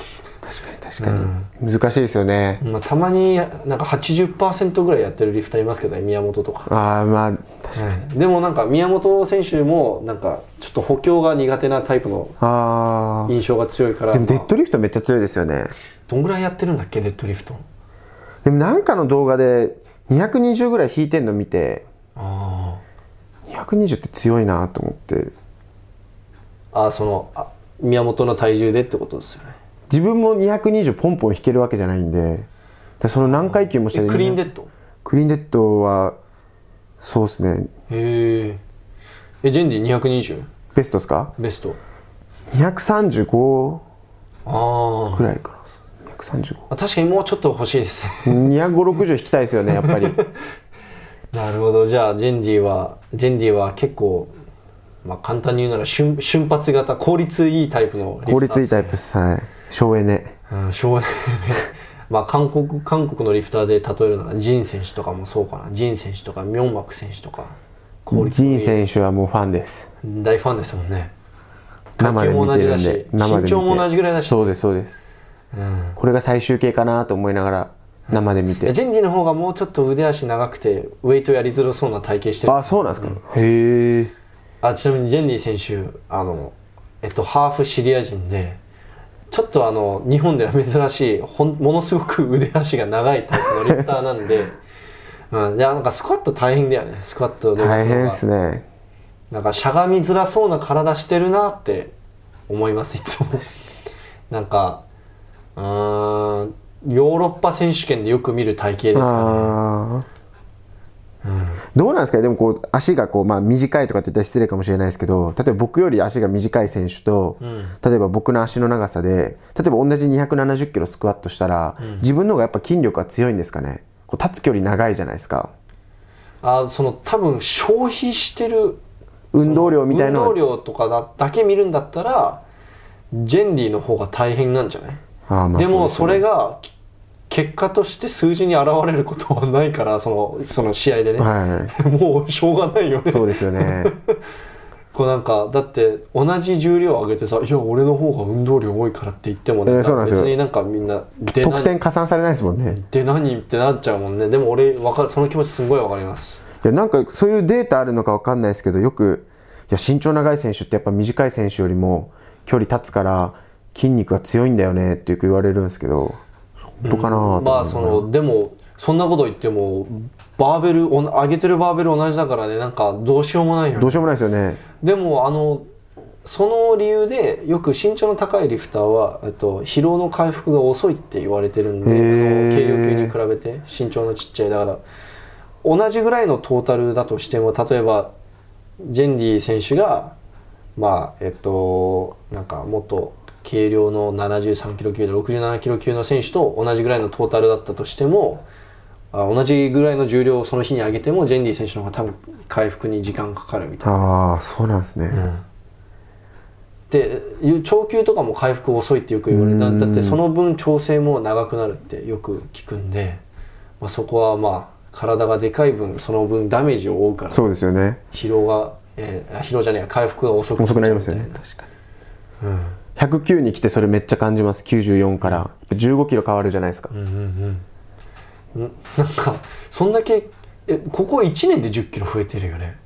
確かに確かに、うん、難しいですよね、 まあ、たまになんか はちじゅっパーセント ぐらいやってるリフターいますけどね、宮本とか。 ああまあ確かに、 はい、でもなんか宮本選手もなんかちょっと補強が苦手なタイプの印象が強いから。 でもデッドリフトめっちゃ強いですよね。 どんぐらいやってるんだっけデッドリフト。 でもなんかの動画でにひゃくにじゅうぐらい引いてんの見て、あにひゃくにじゅうって強いなと思って。 ああそのあ宮本の体重でってことですよね。 自分もにひゃくにじゅうポンポン引けるわけじゃないんで、でその何階級もしてクリーンデッドクリーンデッドはそうですね。 へえ。ジェンディにひゃくにじゅうベストですか。 ベストにひゃくさんじゅうごあくらいかな。にひゃくさんじゅうご確かにもうちょっと欲しいですねにひゃくごじゅう、ろくじゅう引きたいですよねやっぱりなるほど。じゃあジェンディはジェンディは結構、まあ、簡単に言うなら瞬瞬発型効率いいタイプのリフターですね。 効率いいタイプです。はい省エネ、 うん、省エネまあ韓国韓国のリフターで例えるならジン選手とかもそうかな。ジン選手とかミョンマク選手とか効率いい。ジン選手はもうファンです。 大ファンですもんね。 生で見てるんで、 身長も同じぐらいだし。 そうですそうです、うん、これが最終形かなと思いながら生で見て、 うん、ジェンディの方がもうちょっと腕足長くてウェイトやりづらそうな体型してる。 あそうなんですか、うん、へえ。 あちなみにジェンディ選手あの、えっと、ハーフシリア人でちょっとあの日本では珍しいほんものすごく腕足が長いタイプのリフターなんで、うん、いやなんかスクワット大変だよね。スクワット大変ですね。 なんかしゃがみづらそうな体してるなって思いますいつもなんかうーんヨーロッパ選手権でよく見る体型ですかね。 うん、どうなんですかね。でもこう足がこう、まあ、短いとかって言ったら失礼かもしれないですけど、例えば僕より足が短い選手と、うん、例えば僕の足の長さで例えば同じにひゃくななじゅっキロスクワットしたら、うん、自分の方がやっぱ筋力が強いんですかね。こう立つ距離長いじゃないですか。 あその多分消費してる運動量みたいな運動量とか だ, だけ見るんだったらジェンディの方が大変なんじゃない。あ、まあ、でもそれが結果として数字に現れることはないからそのその試合でね、はい、もうしょうがないよね。 そうですよねこうなんかだって同じ重量上げてさ、いや俺の方が運動量多いからって言ってもね、えー、そうなんですよ。別になんかみんな得点加算されないですもんね。 で何ってなっちゃうもんね。でも俺わかその気持ちすごいわかります。 いやなんかそういうデータあるのかわかんないですけど、よくいや身長長い選手ってやっぱ短い選手よりも距離立つから筋肉が強いんだよねってよく言われるんですけど、本当かなと思う、 うん、まあそのでもそんなこと言ってもバーベル上げてるバーベル同じだからね、なんかどうしようもないよね。 どうしようもないですよね。 でもあのその理由でよく身長の高いリフターは、えっと、疲労の回復が遅いって言われてるんで、あの軽量級に比べて身長のちっちゃいだから同じぐらいのトータルだとしても、例えばジェンディ選手がまあえっとなんかもっと軽量のななじゅうさんキロ級でろくじゅうななキロ級の選手と同じぐらいのトータルだったとしても、あ同じぐらいの重量をその日に上げてもジェンディ選手の方が多分回復に時間かかるみたいな。 ああそうなんですね、うん、 で長級とかも回復遅いってよく言われる。だ, だってその分調整も長くなるってよく聞くんで、まあ、そこはまあ体がでかい分その分ダメージを負うから、 そうですよね。 疲労が、えー、疲労じゃねえ回復が遅くなっちゃうみたいな。遅くなりますよね。確かに、うん、 ひゃくきゅうに来てそれめっちゃ感じます。きゅうじゅうよんからじゅうごキロ変わるじゃないですか。 うんうんうん、なんかそんだけえここいちねんでじゅっキロ増えてるよね。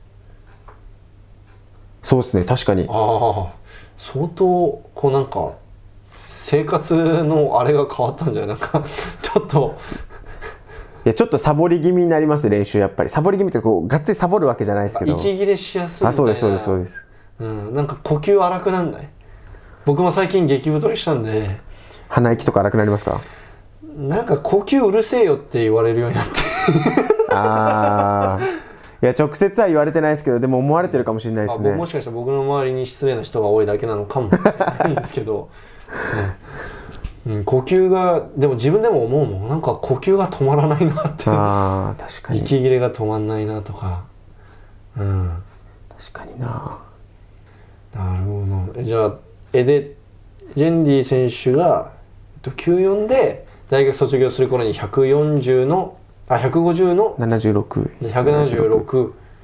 そうですね確かに。 ああ相当こうなんか生活のあれが変わったんじゃない。なんかちょっといやちょっとサボり気味になります練習。やっぱりサボり気味ってこうがっつりサボるわけじゃないですけど、 息切れしやすいみたいな。 あそうですそうですそうです、 うん、なんか呼吸荒くなんない。僕も最近激太りしたんで鼻息とか荒くなりますか。 なんか呼吸うるせえよって言われるようになってああいや直接は言われてないですけど、でも思われてるかもしれないですね。 もしかしたら僕の周りに失礼な人が多いだけなのかもしれないんですけど、うんうん、呼吸がでも自分でも思うもん。なんか呼吸が止まらないなって。 あ確かに息切れが止まんないなとか、うん、 確かにな。 なるほど。じゃあえでジェンディ選手がきゅうじゅうよんで大学卒業する頃にひゃくよんじゅうのあひゃくごじゅうのななじゅうろくひゃくななじゅうろく、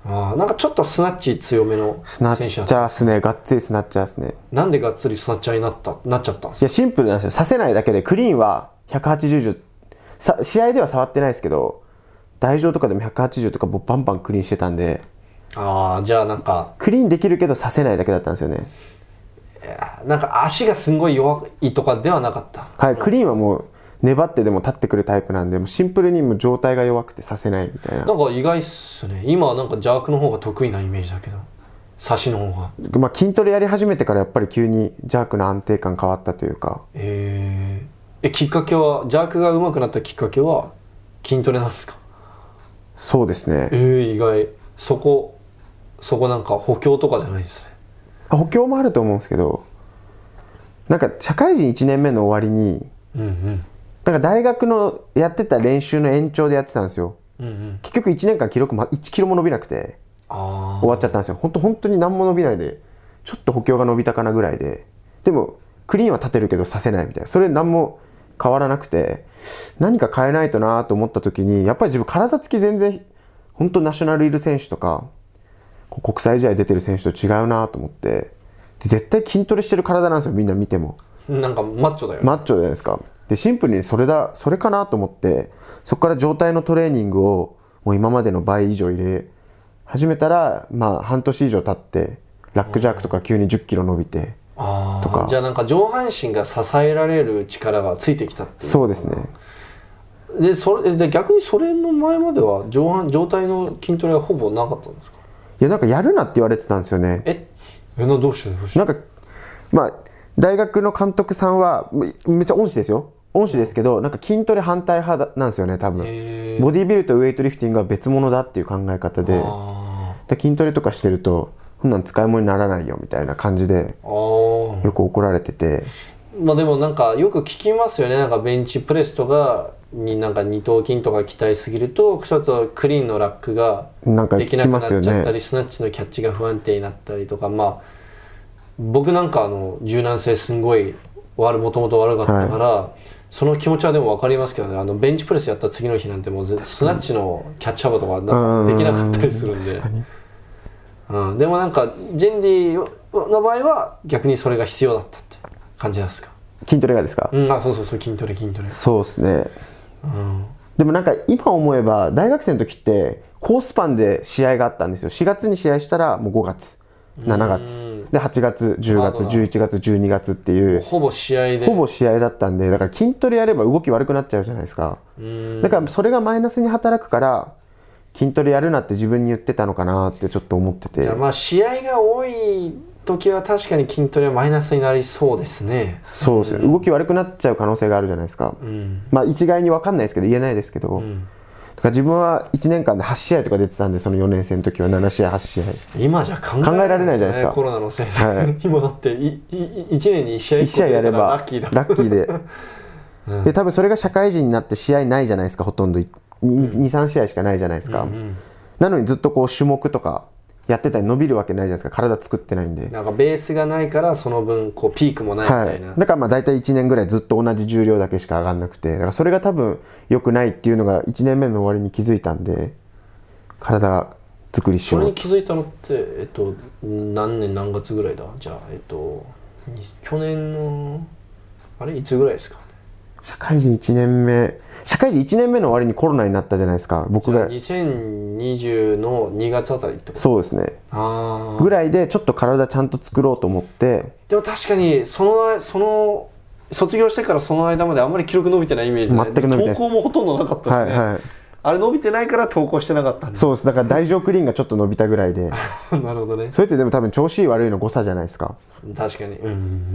ああ、なんかちょっとスナッチ強めのスナッチャーっすね。がっつりスナッチャーっすね。 なんでがっつりスナッチャーになったなっちゃったんですか？ いやシンプルなんですよ。させないだけでクリーンはひゃくはちじゅうじゅうさ試合では触ってないですけど、台上とかでもひゃくはちじゅうとかもうバンバンクリーンしてたんで。 ああ、じゃあなんかクリーンできるけどさせないだけだったんですよね。 なんか足がすんごい弱いとかではなかった。 はい、クリーンはもう粘ってでも立ってくるタイプなんで、もうシンプルにもう状態が弱くてさせないみたいな。 なんか意外っすね。今はなんかジャークの方が得意なイメージだけど、差しの方が。 まあ筋トレやり始めてからやっぱり急にジャークの安定感変わったというか。 えー、えきっかけはジャークが上手くなったきっかけは筋トレなんですか？ そうですね。 えー、意外。そこそこなんか補強とかじゃないですね。 補強もあると思うんですけど、なんか社会人いちねんめの終わりに、 うんうん、 なんか大学のやってた練習の延長でやってたんですよ。 うんうん、 結局いちねんかん記録いちキロも伸びなくてあ終わっちゃったんですよ。本当本当に何も伸びないで、ちょっと補強が伸びたかなぐらいで、でもクリーンは立てるけどさせないみたいな、それ何も変わらなくて、何か変えないとなと思った時に、やっぱり自分体つき全然本当ナショナルいる選手とか国際試合出てる選手と違うなと思って、で絶対筋トレしてる体なんですよ、みんな見ても。 なんかマッチョだよ、 マッチョじゃないですか。でシンプルにそれだそれかなと思って、そこから状態のトレーニングをもう今までの倍以上入れ始めたら、まあ半年以上経ってラックジャークとか急にじゅっキロ伸びてとか。 じゃあなんか上半身が支えられる力がついてきたっていう。 そうですね。 でそれで逆にそれの前までは上半状態の筋トレはほぼなかったんですか？ いやなんかやるなって言われてたんですよね。 ええなどうしてどうしてなんかまあ大学の監督さんはめっちゃ恩師ですよ。恩師ですけど、なんか筋トレ反対派なんですよね多分。ボディビルとウェイトリフティングは別物だっていう考え方で、で筋トレとかしてるとこんなん使い物にならないよみたいな感じでよく怒られてて。 まあでもなんかよく聞きますよね。なんかベンチプレスとかになんか二頭筋とか鍛えすぎるとちょっとクリーンのラックができなくなっちゃったり、スナッチのキャッチが不安定になったりとか。まあ僕なんかあの柔軟性すんごい悪もともと悪かったから、はい、その気持ちはでも分かりますけどね。あのベンチプレスやった次の日なんてもうスナッチのキャッチ幅とかできなかったりするんで、うん、でもなんかジェンディの場合は逆にそれが必要だったって感じなんですか？ 筋トレがですか？ うん、あ、そうそうそう、筋トレ筋トレ。 そうですね、 うん、でもなんか今思えば大学生の時って高スパンで試合があったんですよ。しがつに試合したらもうごがつしちがつではちがつじゅうがつじゅういちがつじゅうにがつっていうほぼ試合でほぼ試合だったんで、だから筋トレやれば動き悪くなっちゃうじゃないですか。だからそれがマイナスに働くから筋トレやるなって自分に言ってたのかなってちょっと思ってて。 じゃあまあ試合が多い時は確かに筋トレはマイナスになりそうですね。 そうですね、うん、動き悪くなっちゃう可能性があるじゃないですか、うん、まあ一概に分かんないですけど言えないですけど、うん、だから自分はいちねんかんではち試合とか出てたんで、そのよねん生の時はなな試合はち試合。 今じゃ考えられないじゃないですか、コロナのせいで、はい、今だっていいいちねんにいち試合いっこやればラッキーだラッキーで、うん、で多分それが社会人になって試合ないじゃないですか、ほとんどにさん試合しかないじゃないですか、うんうん、なのにずっとこう種目とかやってたり伸びるわけないじゃないですか、体作ってないんで。 なんかベースがないからその分こうピークもないみたいな、 はい、だからまあ大体いちねんぐらいずっと同じ重量だけしか上がんなくて、だからそれが多分良くないっていうのがいちねんめの終わりに気づいたんで、体作りしよう。 それに気づいたのって、えっと、何年何月ぐらいだ？じゃあ、えっと、去年のあれいつぐらいですか？ 社会人いちねんめ社会人いちねんめの終わりにコロナになったじゃないですか、僕が。 にせんにじゅうのにがつあたりってこと？ そうですね、あぐらいでちょっと体ちゃんと作ろうと思って。 でも確かにそのその卒業してからその間まであんまり記録伸びてないイメージで、 全く伸びてないです。 投稿もほとんどなかったですね、はいはい、あれ伸びてないから投稿してなかったんで。 そうです、だから大上クリーンがちょっと伸びたぐらいでなるほどね。 それってでも多分調子いい悪いの誤差じゃないですか。 確かに、うんうんうん、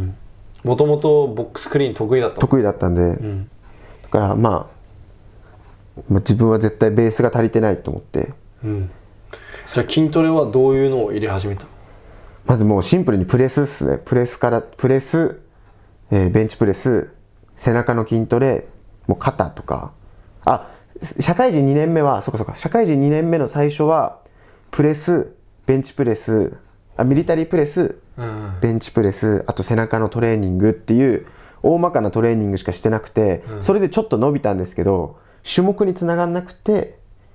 もともとボックスクリーン得意だった得意だったんで、うん、だから、まあ、まあ自分は絶対ベースが足りてないと思って、うん、 じゃあ筋トレはどういうのを入れ始めたの？ まずもうシンプルにプレスっすね。プレスからプレス、えー、ベンチプレス、背中の筋トレ、もう肩とか。あ、社会人にねんめはそうかそうか社会人にねんめの最初はプレス、ベンチプレス、あミリタリープレス、うん、ベンチプレス、あと背中のトレーニングっていう大まかなトレーニングしかしてなくて、うん、それでちょっと伸びたんですけど種目につながんなくて、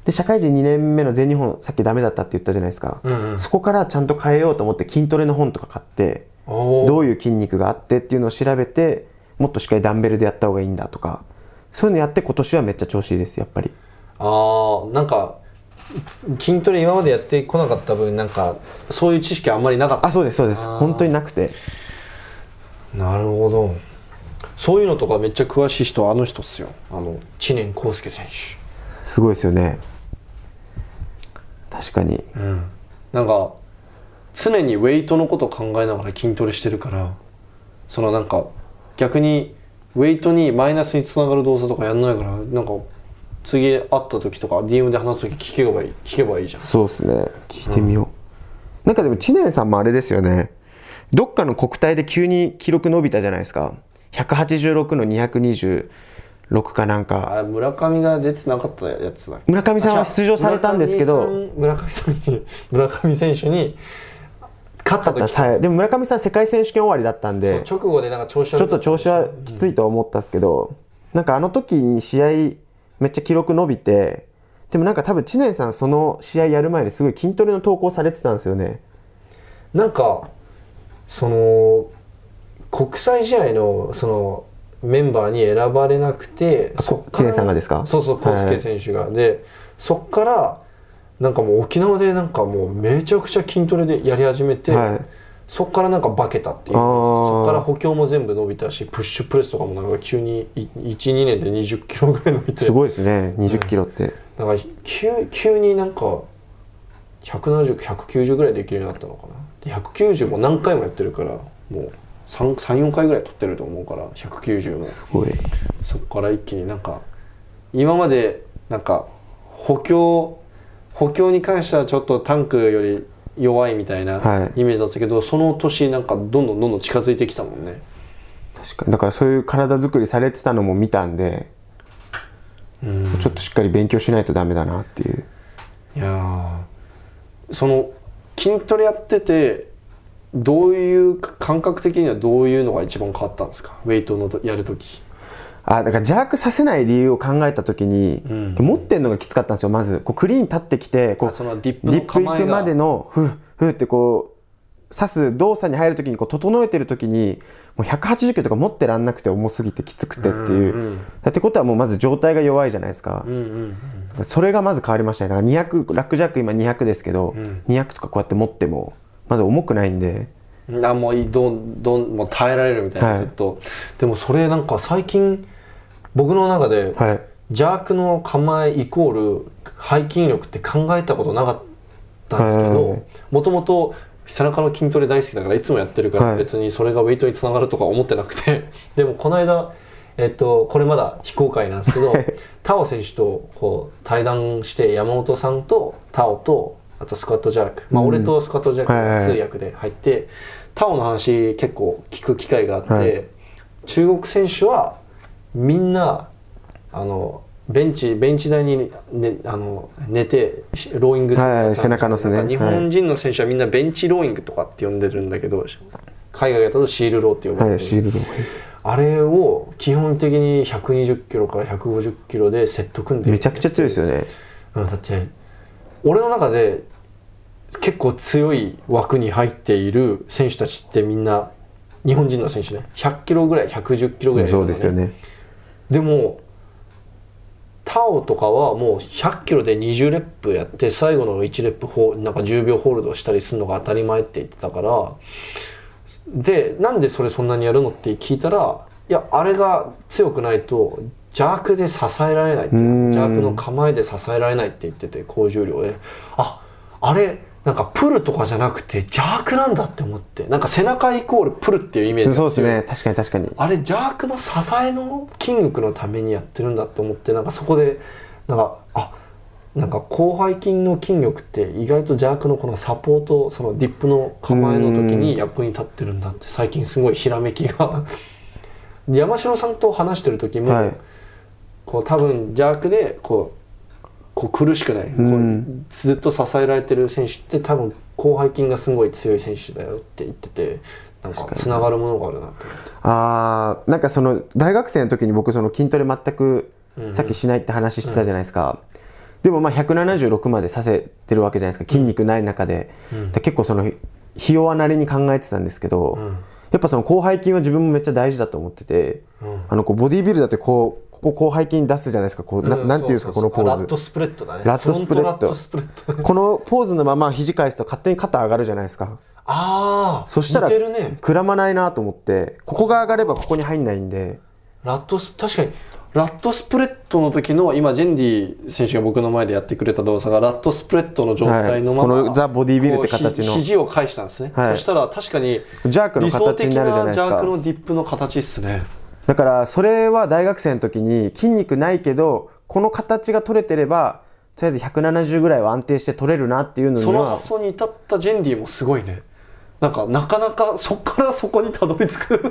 で社会人にねんめの全日本さっきダメだったって言ったじゃないですか、 うんうん、 そこからちゃんと変えようと思って筋トレの本とか買ってどういう筋肉があってっていうのを調べてもっとしっかりダンベルでやった方がいいんだとかそういうのやって今年はめっちゃ調子いいですやっぱり。 あーなんか筋トレ今までやってこなかった分なんかそういう知識あんまりなかった。 あそうですそうです本当になくて。 なるほど。そういうのとかめっちゃ詳しい人はあの人っすよ、あの知念康介選手。 すごいですよね確かに、 うん、なんか常にウェイトのことを考えながら筋トレしてるからそのなんか逆にウェイトにマイナスにつながる動作とかやんないからなんか次会った時とか ディーエム で話す時聞けばいい聞けばいいじゃん。 そうですね聞いてみよう、うん、なんかでも知念さんもあれですよねどっかの国体で急に記録伸びたじゃないですかひゃくはちじゅうろくのにひゃくにじゅうろくかなんか。 あ村上が出てなかったやつだ。 村上さんは出場されたんですけど村上さんに村上選手に勝った時はい、でも村上さん世界選手権終わりだったんで直後でなんか調子ちょっと調子はきついとは思ったんですけど、うん、なんかあの時に試合めっちゃ記録伸びてでもなんか多分知念さんその試合やる前にすごい筋トレの投稿されてたんですよね。 なんかその国際試合のそのメンバーに選ばれなくて知念さんがですか。 そうそう康介選手が、はい、でそっからなんかもう沖縄でなんかもうめちゃくちゃ筋トレでやり始めて、はい、そっからなんか化けたっていうそっから補強も全部伸びたしプッシュプレスとかもなんか急にいちにねんでにじゅっキロぐらい伸びてすごいですねにじゅっキロって、 うん、なんか 急, 急になんかひゃくななじゅう、ひゃくきゅうじゅうぐらいできるようになったのかな。でひゃくきゅうじゅうも何回もやってるからもうさん、よんかいぐらい取ってると思うからひゃくきゅうじゅうもすごい。 そっから一気になんか今までなんか補強補強に関してはちょっとタンクより弱いみたいなイメージだったけど、はい、その年なんかどんどんどんどん近づいてきたもんね。 確かにだからそういう体作りされてたのも見たんで、うん、ちょっとしっかり勉強しないとダメだなっていう。 いやその筋トレやっててどういう感覚的にはどういうのが一番変わったんですかウェイトのやるとき。 あだから邪悪させない理由を考えた時に、うん、持ってるのがきつかったんですよ。まずこうクリーン立ってきてこうそのディップの構えがディップ行くまでのフッフッってこう刺す動作に入る時にこう整えてる時にもうひゃくはちじゅっキロとか持ってらんなくて重すぎてきつくてっていう、うんうん、ってことはもうまず状態が弱いじゃないですか、うんうんうん、それがまず変わりましたね。だからにひゃくラックジャック今にひゃくですけど、うん、にひゃくとかこうやって持ってもまず重くないんであもうどんどんもう耐えられるみたいな、はい、ずっと。でもそれなんか最近僕の中で、はい、邪悪の構えイコール背筋力って考えたことなかったんですけどもともと背中の筋トレ大好きだからいつもやってるから、はい、別にそれがウェイトにつながるとか思ってなくてでもこの間、えっと、これまだ非公開なんですけどタオ選手とこう対談して山本さんとタオとあとスカット・ジャーク、まあ、俺とスカット・ジャークが通訳で入って、はいはい、タオの話結構聞く機会があって、はい、中国選手はみんなあのベンチベンチ台に、ね、あの寝てローイングする、 はい、背中のすね。 日本人の選手はみんなベンチローイングとかって呼んでるんだけど、海外だとシールローって呼ばれてる、はい、シールロー。あれを基本的にひゃくにじゅっキロからひゃくごじゅっキロでセット組んでめちゃくちゃ強いですよね、 うん、だって俺の中で結構強い枠に入っている選手たちってみんな日本人の選手ねひゃっキロぐらいひゃくじゅっキロぐらいいるのね。 そうですよね。 でもタオとかはもうひゃっキロでにじゅうレップやって最後のいちレップホなんかじゅうびょうホールドしたりするのが当たり前って言ってたから、でなんでそれそんなにやるのって聞いたら、いやあれが強くないと邪悪で支えられないって邪悪の構えで支えられないって言ってて高重量で、ああれなんかプルとかじゃなくて邪悪なんだって思って、なんか背中イコールプルっていうイメージ。 そうですね、確かに確かに。 あれ邪悪の支えの筋肉のためにやってるんだって思って、なんかそこでなんかあなんか広背筋の筋力って意外と邪悪のこのサポートそのディップの構えの時に役に立ってるんだって最近すごいひらめきが山城さんと話してる時も、はい、こう多分邪悪でこうこう苦しくない、うん、ずっと支えられてる選手って多分広背筋がすごい強い選手だよって言ってて、なんかつながるものがあるなって思って。 あーなんかその大学生の時に僕その筋トレ全くさっきしないって話してたじゃないですか、うんうん、 でもまあひゃくななじゅうろくまでさせてるわけじゃないですか、筋肉ない中で、うん、で結構そのひ弱なりに考えてたんですけど、うん、やっぱその広背筋は自分もめっちゃ大事だと思ってて、うん、あのこうボディービルだってこうここ広背筋出すじゃないですか、こう、うん、な, なんていうんですかこのポーズ、 ラットスプレッドだね。 ラットスプレッドこのポーズのまま肘返すと勝手に肩上がるじゃないですか。 ああ、 そしたらくらまないなと思って、ここが上がればここに入んないんで。 ラットス確かにラットスプレッドの時の今ジェンディ選手が僕の前でやってくれた動作がラットスプレッドの状態のまま、 はい、このザ・ボディビルって形の肘を返したんですね、はい、そしたら確かにジャークの形になるじゃないですか。 理想的なジャークのディップの形ですね。 だからそれは大学生の時に筋肉ないけどこの形が取れてればとりあえずひゃくななじゅうぐらいは安定して取れるなっていうのには、 その発想に至ったジェンディもすごいね。なんかなかなかそこからそこにたどり着く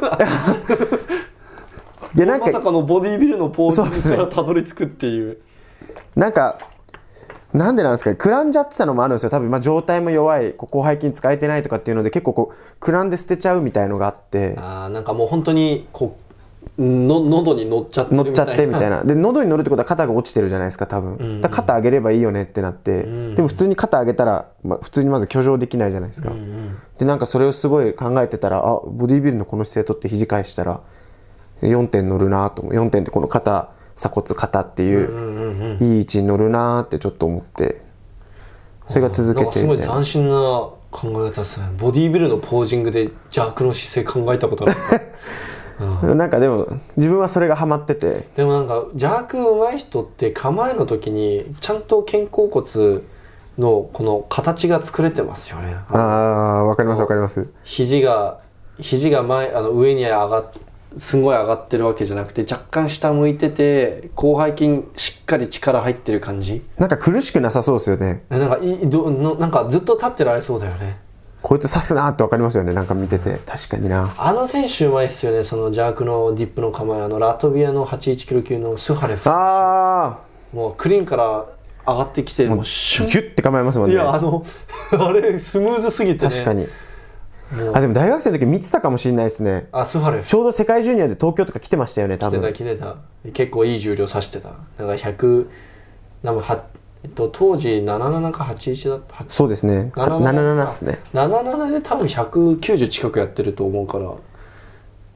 いやなんかまさかのボディービルのポーズからたどり着くっていう、 なんかなんでなんですかね、くらんじゃってたのもあるんですよ多分。まあ状態も弱い、こう広背筋使えてないとかっていうので結構こうくらんで捨てちゃうみたいのがあって、 あなんかもう本当にこうの喉に乗っちゃって乗っちゃってみたいな。で喉に乗るってことは肩が落ちてるじゃないですか多分、うんうん、だから肩上げればいいよねってなって、うんうん、でも普通に肩上げたら、まあ、普通にまず挙上できないじゃないですか、うんうん、でなんかそれをすごい考えてたら、あボディービルのこの姿勢取って肘返したらよんてん乗るなと思う。よんてんってこの肩鎖骨肩っていう、うんうんうん、いい位置に乗るなってちょっと思って、それが続けてすごい斬新な考え方ですね。ボディービルのポージングで邪悪の姿勢考えたことなかったうん、なんかでも自分はそれがハマってて。 でもなんか邪悪上手い人って構えの時にちゃんと肩甲骨のこの形が作れてますよね。 ああわかりますわかります。 肘が肘が前あの上に上がっすごい上がってるわけじゃなくて若干下向いてて広背筋しっかり力入ってる感じ。 なんか苦しくなさそうですよね。 なんかいどのなんかずっと立ってられそうだよね。 こいつ刺すなって分かりますよね、なんか見てて。確かにな。 あの選手うまいっすよね、その邪悪のディップの構え、あのラトビアのはちじゅういちキロ級のスハレフ。 ああもうクリーンから上がってきてもうシュッギュッて構えますもんね。 いやあのあれスムーズすぎてね。 確かに。あでも大学生の時見てたかもしれないですね。 あスハレフちょうど世界ジュニアで東京とか来てましたよね多分。 来てた来てた。結構いい重量指してた。だからひゃく多分はえっと、当時ななじゅうななかはちじゅういちだった。 そうですね、ななじゅうななですね。 ななじゅうななで多分ひゃくきゅうじゅう近くやってると思うから。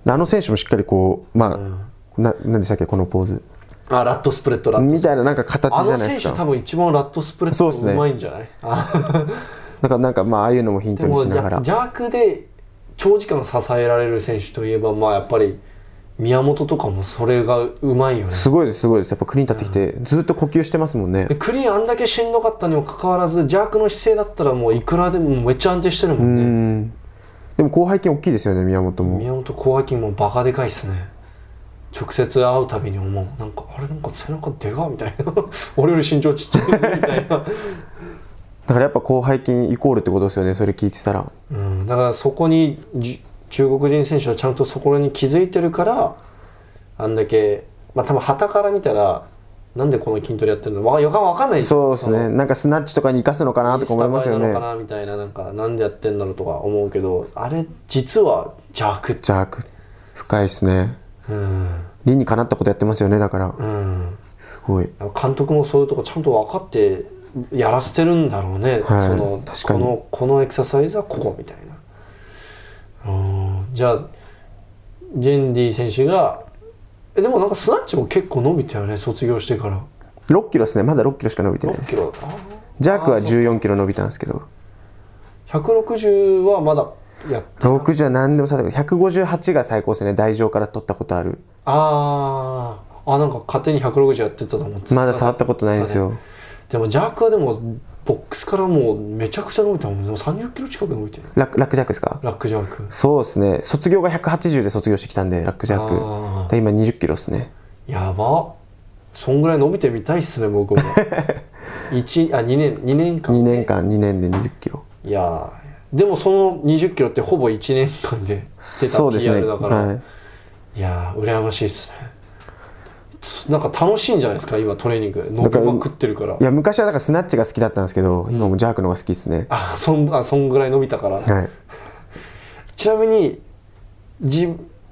あの選手もしっかりこうまあ、うん、ななんでしたっけこのポーズ、 あラットスプレッドラットみたいななんか形じゃないですか。 あの選手多分一番ラットスプレッドうまいんじゃない？ なんかなんかまあああいうのもヒントにしながら。 邪悪で長時間支えられる選手といえばまあやっぱり宮本とかもそれがうまいよね。すごいですすごいです。やっぱクリーン立ってきて、うん、ずっと呼吸してますもんね。 クリーンあんだけしんどかったにもかかわらず邪悪の姿勢だったらもういくらでもめっちゃ安定してるもんね。うんでも広背筋大きいですよね宮本も。 宮本広背筋もバカでかいっすね。直接会うたびに思う、なんかあれなんか背中でかみたいな俺より身長ちっちゃいみたいなだからやっぱ広背筋イコールってことですよね、それ聞いてたら。 うん、だからそこに中国人選手はちゃんとそこに気づいてるからあんだけ、まあ多分旗から見たらなんでこの筋トレやってるのわかんない。 そうですね、なんかスナッチとかに生かすのかなとか思いますよね。 インスタ映えなのかなみたいな、なんかなんでやってんだろうとか思うけど、あれ実は邪悪邪悪深いですね。うん理にかなったことやってますよね。だから、うん、すごい監督もそういうとこちゃんと分かってやらせてるんだろうね、はい、その確かにこのこのエクササイズはここみたいな。うんじゃあジェンディ選手がえでもなんかスナッチも結構伸びたよね、卒業してから。 ろっキロですね。まだろっキロしか伸びてないです。ろっキロジャークはじゅうよんキロ伸びたんですけど、 ひゃくろくじゅうはまだやってろくじゅうは何でもさひゃくごじゅうはちが最高ですね。大上から取ったことある。 あーあなんか勝手にひゃくろくじゅうやってたと思ってた。 まだ触ったことないんですよ。 でもジャークはでもボックスからもうめちゃくちゃ伸びたもん。でもさんじゅっキロ近く伸びてる。 ラック、ラックジャックですか？ ラックジャック。 そうですね。卒業がひゃくはちじゅうで卒業してきたんでラックジャックで今にじゅっキロですね。 やば。そんぐらい伸びてみたいっすね僕もいちあにねんにねんかんにねんかんにねんでにじゅっキロ。 いやでもそのにじゅっキロってほぼいちねんかんで出た ピーアール だから、はい、いやー羨ましいっすね。なんか楽しいんじゃないですか今トレーニング伸びまくってるから。 いや昔はだからスナッチが好きだったんですけど、今もジャークの方が好きですね。 あそんあそんぐらい伸びたから、はい、ちなみにじ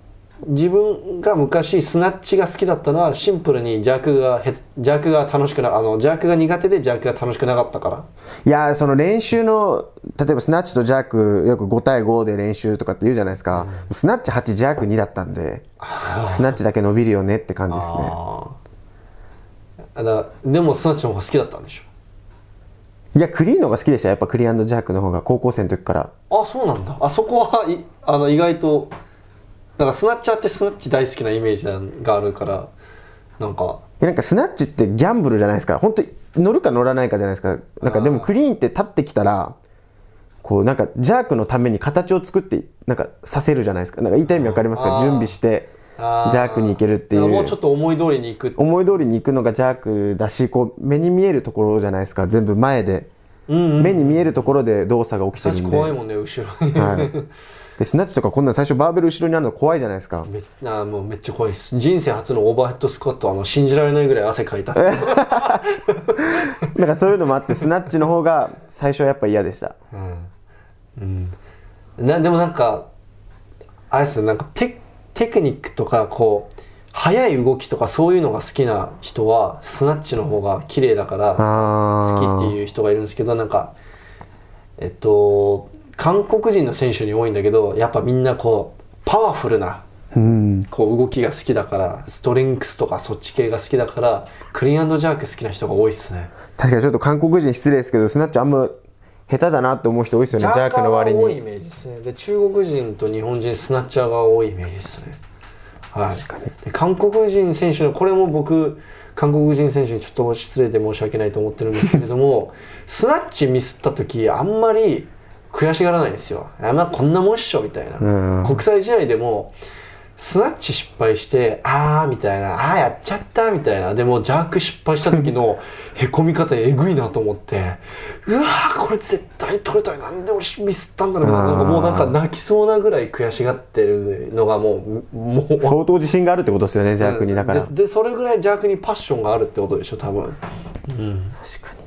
自分が昔スナッチが好きだったのはシンプルにジャークがへジャークが楽しくなあのジャークが苦手でジャークが楽しくなかったから。 いやその練習の例えばスナッチとジャークよくご対ごで練習とかって言うじゃないですか、うん、スナッチはちジャークにだったんでスナッチだけ伸びるよねって感じですね。 あだでもスナッチの方が好きだったんでしょ。 いやクリーンの方が好きでした。やっぱクリーンジャークの方が高校生の時から。 あそうなんだ。あそこはいあの意外となんかスナッチャーってスナッチ大好きなイメージがあるからなんかなんかスナッチってギャンブルじゃないですか。本当に乗るか乗らないかじゃないですか。なんかでもクリーンって立ってきたらこうなんかジャークのために形を作ってなんかさせるじゃないですか。なんか言いたい意味わかりますか。準備してジャークに行けるっていう。 もうちょっと思い通りに行く思い通りに行くのがジャークだし、こう目に見えるところじゃないですか。全部前で、うんうん、目に見えるところで動作が起きてるんで。 怖いもんね後ろに、 はい、でスナッチとかこんな最初バーベル後ろにあるの怖いじゃないですか。 めあもうめっちゃ怖いです。人生初のオーバーヘッドスクワットあの信じられないぐらい汗かいたなんかそういうのもあってスナッチの方が最初はやっぱ嫌でした、 うんうん、なでもなんかあれですねなんかテテクニックとかこう速い動きとかそういうのが好きな人はスナッチの方が綺麗だから好きっていう人がいるんですけど、なんかえっと韓国人の選手に多いんだけどやっぱみんなこうパワフルな、うん、こう動きが好きだからストレングスとかそっち系が好きだからクリーンジャーク好きな人が多いっすね。 確かにちょっと韓国人失礼ですけどスナッチあんま下手だなって思う人多いですよね。ジャークの割に。 ジャーカーが多いイメージですね。で中国人と日本人スナッチャーが多いイメージですね。はい、確かに。で韓国人選手のこれも僕韓国人選手にちょっと失礼で申し訳ないと思ってるんですけれどもスナッチミスった時あんまり悔しがらないんですよ。あんまこんなもんっしょみたいな、うん、国際試合でもスナッチ失敗してあーみたいなあーやっちゃったみたいなでもジャーク失敗した時のへこみ方えぐいなと思ってうわーこれ絶対取れたいなんで俺ミスったんだろうな、なんかもうなんか泣きそうなぐらい悔しがってるのがもうもう相当自信があるってことですよねジャークに。だからで, でそれぐらいジャークにパッションがあるってことでしょ多分、うん、 確かに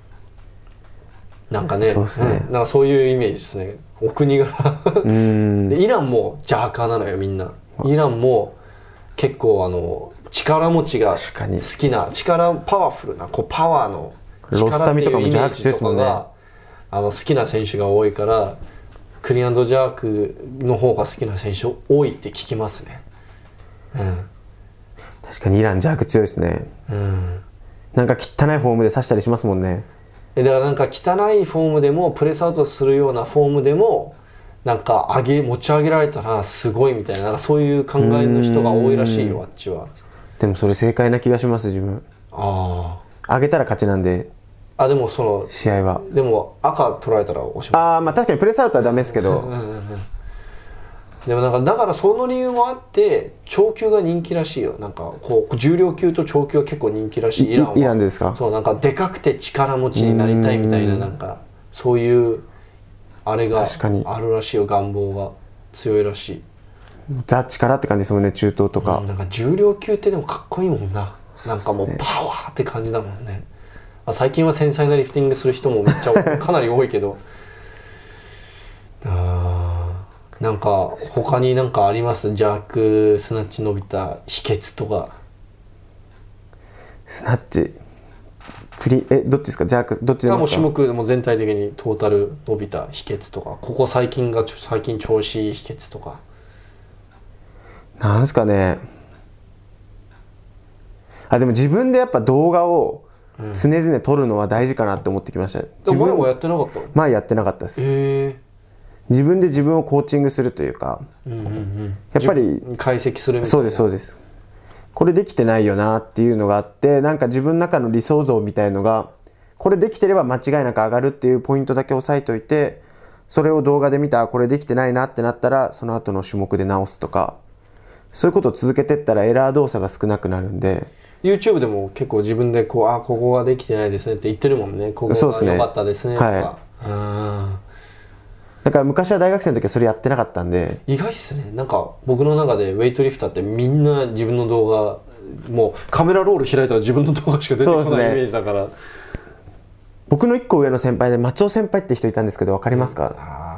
なんかね、そうですね、うん、なんかそういうイメージですね。お国柄でイランもジャーカーなのよみんな。イランも結構あの力持ちが好きな力パワフルなこうパワーの力っていうイメージとかがあの好きな選手が多いからクリーンジャークの方が好きな選手多いって聞きますね、うん、 確かにイランジャーク強いですね、うん、なんか汚いフォームで刺したりしますもんね。 だからなんか汚いフォームでもプレスアウトするようなフォームでもなんか上げ持ち上げられたらすごいみたい な, なんかそういう考えの人が多いらしいよあっちは。 でもそれ正解な気がします自分。ああ上げたら勝ちなんで。 あでもその試合はでも赤取られたらおしまい。 ああまあ確かにプレスアウトはダメですけどでもなんかだからその理由もあって超級が人気らしいよ。なんかこう重量級と超級は結構人気らしい。イランはイランですか。 そうなんかでかくて力持ちになりたいみたいななんかそういうあれがあるらしいよ。願望が強いらしい。 ザ力って感じですもんね中東とか、 うん、なんか重量級ってでもかっこいいもんな。なんかもうパワーって感じだもんね。まあ、最近は繊細なリフティングする人もめっちゃかなり多いけどあなんか他になんかあります？ジャークスナッチ伸びた秘訣とか。 スナッチクリえどっちですか？ジャークどっちでもも種目も全体的にトータル伸びた秘訣とかここ最近が最近調子いい秘訣とかなんですかね。あでも自分でやっぱ動画を常々撮るのは大事かなって思ってきました。 自分はやってなかったの？ 前やってなかったです。 へー。 自分で自分をコーチングするというか、うんうんうん、やっぱり解析するみたいな。 そうですそうです。これできてないよなっていうのがあって、なんか自分の中の理想像みたいのがこれできてれば間違いなく上がるっていうポイントだけ押さえといて、それを動画で見たこれできてないなってなったらその後の種目で直すとか、そういうことを続けてったらエラー動作が少なくなるんで。 YouTube でも結構自分でこうあここができてないですねって言ってるもんね。ここが良かったですねとか。はい、あだから昔は大学生の時はそれやってなかったんで。 意外っすね。なんか僕の中でウェイトリフターってみんな自分の動画もうカメラロール開いたら自分の動画しか出てこないイメージだから、ね、 僕のいっこ上の先輩で松尾先輩って人いたんですけど分かりますか？ あ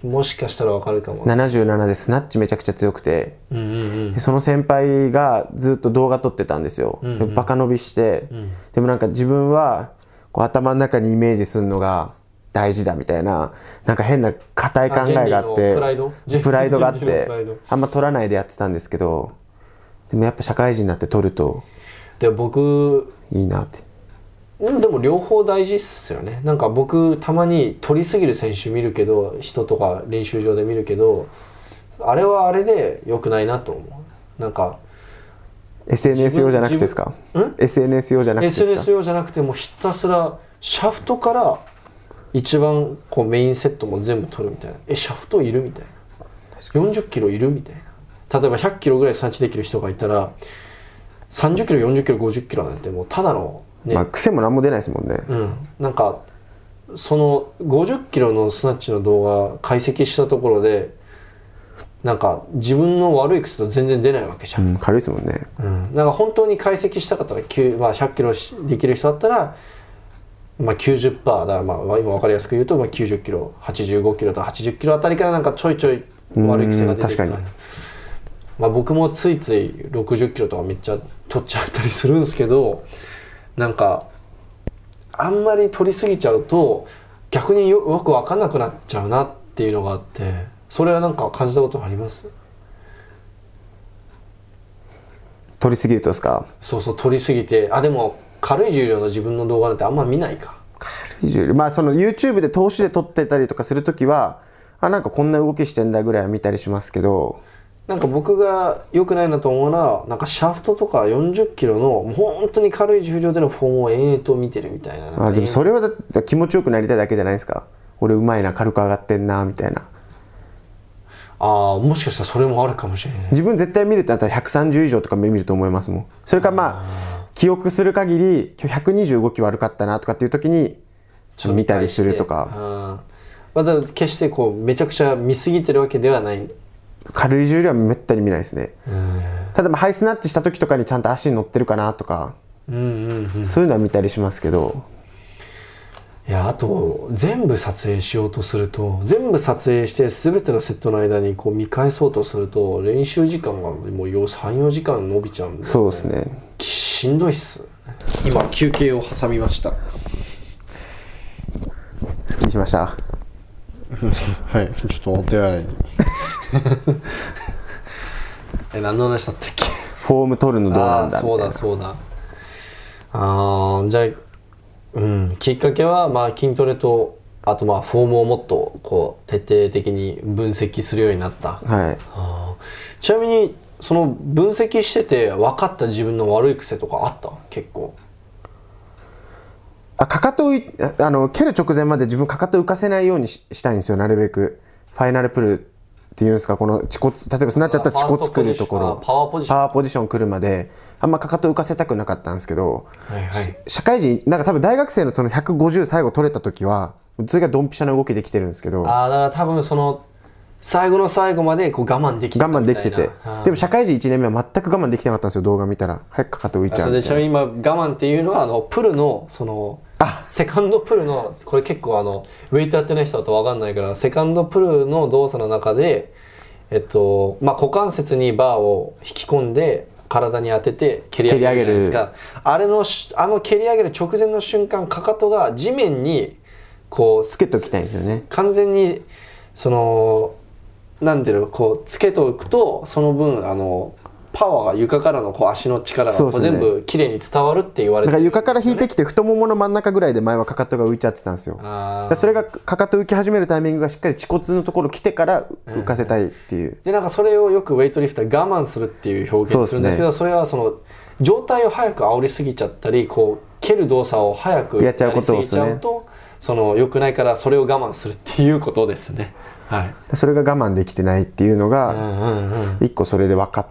もしかしたらわかるかも。 ななじゅうななでスナッチめちゃくちゃ強くて、 うんうんうん、 でその先輩がずっと動画撮ってたんですよ、うんうん、バカ伸びして、うん、でもなんか自分はこう頭の中にイメージするのが大事だみたいな、なんか変な固い考えがあって、 プライドプライドがあってあんま撮らないでやってたんですけど、でもやっぱ社会人になって撮るとで僕いいなって。 でも両方大事っすよね。なんか僕たまに撮りすぎる選手見るけど、人とか練習場で見るけど、あれはあれで良くないなと思う。なんかエスエヌエス 用じゃなくてですか？ エスエヌエス 用じゃなくてですか？ エスエヌエス 用じゃなくてもひたすらシャフトから一番こうメインセットも全部撮るみたいな。えシャフトいるみたいな。よんじゅっキロいるみたいな。例えばひゃっキロぐらい産地できる人がいたらさんじゅっキロよんじゅっキロごじゅっキロなんてもうただのね、 まあ癖も何も出ないですもんね。 うん、なんかそのごじゅっキロのスナッチの動画解析したところでなんか自分の悪い癖と全然出ないわけじゃん、 うん、軽いですもんね、 うん、なんか本当に解析したかったら、まあ、ひゃっキロできる人だったら、まあ、きゅうじゅっパーセント だ、まあ、今分かりやすく言うと、まあ、きゅうじゅっキロはちじゅうごキロとはちじゅっキロあたりからなんかちょいちょい悪い癖が出てくる。確かに、まあ、僕もついついろくじゅっキロとかめっちゃ取っちゃったりするんですけど、なんかあんまり取りすぎちゃうと逆に よ, よく分かんなくなっちゃうなっていうのがあって、それはなんか感じたことあります？ 取りすぎるとですか？ そうそう、取りすぎて、あでも軽い重量の自分の動画なんてあんま見ないか。 軽い重量、まあその YouTube で投資で撮ってたりとかするときはあなんかこんな動きしてんだぐらいは見たりしますけど、 なんか僕が良くないなと思うのは、なんかシャフトとかよんじゅっキロのもう本当に軽い重量でのフォームを延々と見てるみたいな。 あでもそれはだって気持ちよくなりたいだけじゃないですか。俺うまいな、軽く上がってんなみたいな。 ああ、もしかしたらそれもあるかもしれない。 自分絶対見るってなったらひゃくさんじゅう以上とか見ると思いますもん。それからまあ記憶する限り今日ひゃくにじゅうごキロ悪かったなとかっていう時にちょっと見たりするとか。 あ、まあ、だから決してこうめちゃくちゃ見すぎてるわけではない。 軽い重量はめったに見ないですね。ただハイスナッチした時とかにちゃんと足に乗ってるかなとか、うんうんうん、そういうのは見たりしますけど。 いや、あと全部撮影しようとすると、全部撮影して全てのセットの間にこう見返そうとすると練習時間がもうさんよじかん伸びちゃうんで、ね、 そうですね、 しんどいっす。今休憩を挟みました。 すっきりしましたはい、ちょっとお手洗いにえ、何の話だったっけ？ フォーム取るのどうなんだみたいな。 そうだそうだ。ああ、じゃあ、うん、きっかけはまあ筋トレと、あとまあフォームをもっとこう徹底的に分析するようになった。 はい。 あ、ちなみにその分析してて分かった自分の悪い癖とかあった？結構。 あ、かかとをあの蹴る直前まで自分かかと浮かせないように し, したいんですよ、なるべく。ファイナルプルっていうんですか、この恥骨、例えばスナッチだったら恥骨作るところ、 パワーポジション、 パワーポジション来るまであんまかかと浮かせたくなかったんですけど、 はいはい、 社会人なんか多分大学生のそのひゃくごじゅう最後取れた時はそれがドンピシャな動きできてるんですけど、 ああ、だから多分その最後の最後までこう我慢できてたみたいな。 我慢できてて、でも社会人いちねんめは全く我慢できてなかったんですよ。動画見たら早くかかと浮いちゃうみたいな。 それでちなみに今我慢っていうのはあのプルのそのあセカンドプルの、これ結構あのウェイトやってない人だと分かんないから、セカンドプルの動作の中で、えっとまあ、股関節にバーを引き込んで体に当てて蹴り上げるじゃないですか。あれのあの蹴り上げる直前の瞬間、かかとが地面にこうつけておきたいんですよね。 完全にそのなんていうの、こうつけておくとその分あのパワーが床からのこう足の力がこう全部きれいに伝わるって言われてるんですよね。 だから床から引いてきて太ももの真ん中ぐらいで前はかかとが浮いちゃってたんですよ。それがかかと浮き始めるタイミングがしっかり恥骨のところ来てから浮かせたいっていう、うん、 でなんかそれをよくウェイトリフター我慢するっていう表現するんですけど、 そ, ね、それはその上体を早く煽りすぎちゃったり、こう蹴る動作を早くやりすぎちゃうと、やっちゃうことですね、その良くないからそれを我慢するっていうことですね。はい、 それが我慢できてないっていうのが一個それで分かって、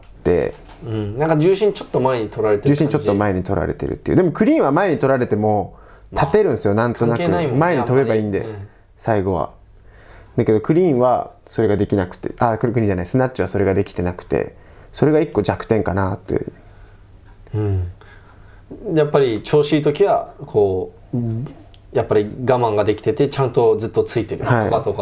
うん、なんか重心ちょっと前に取られてる感じ。 重心ちょっと前に取られてるっていう。でもクリーンは前に取られても立てるんですよ、まあ、なんとなく前に飛べばいいんで、うん、最後は。だけどクリーンはそれができなくて、あクリーンじゃない、スナッチはそれができてなくて、それが一個弱点かなって。 うん、やっぱり調子いい時はこうやっぱり我慢ができててちゃんとずっとついてる、はい、とかとか。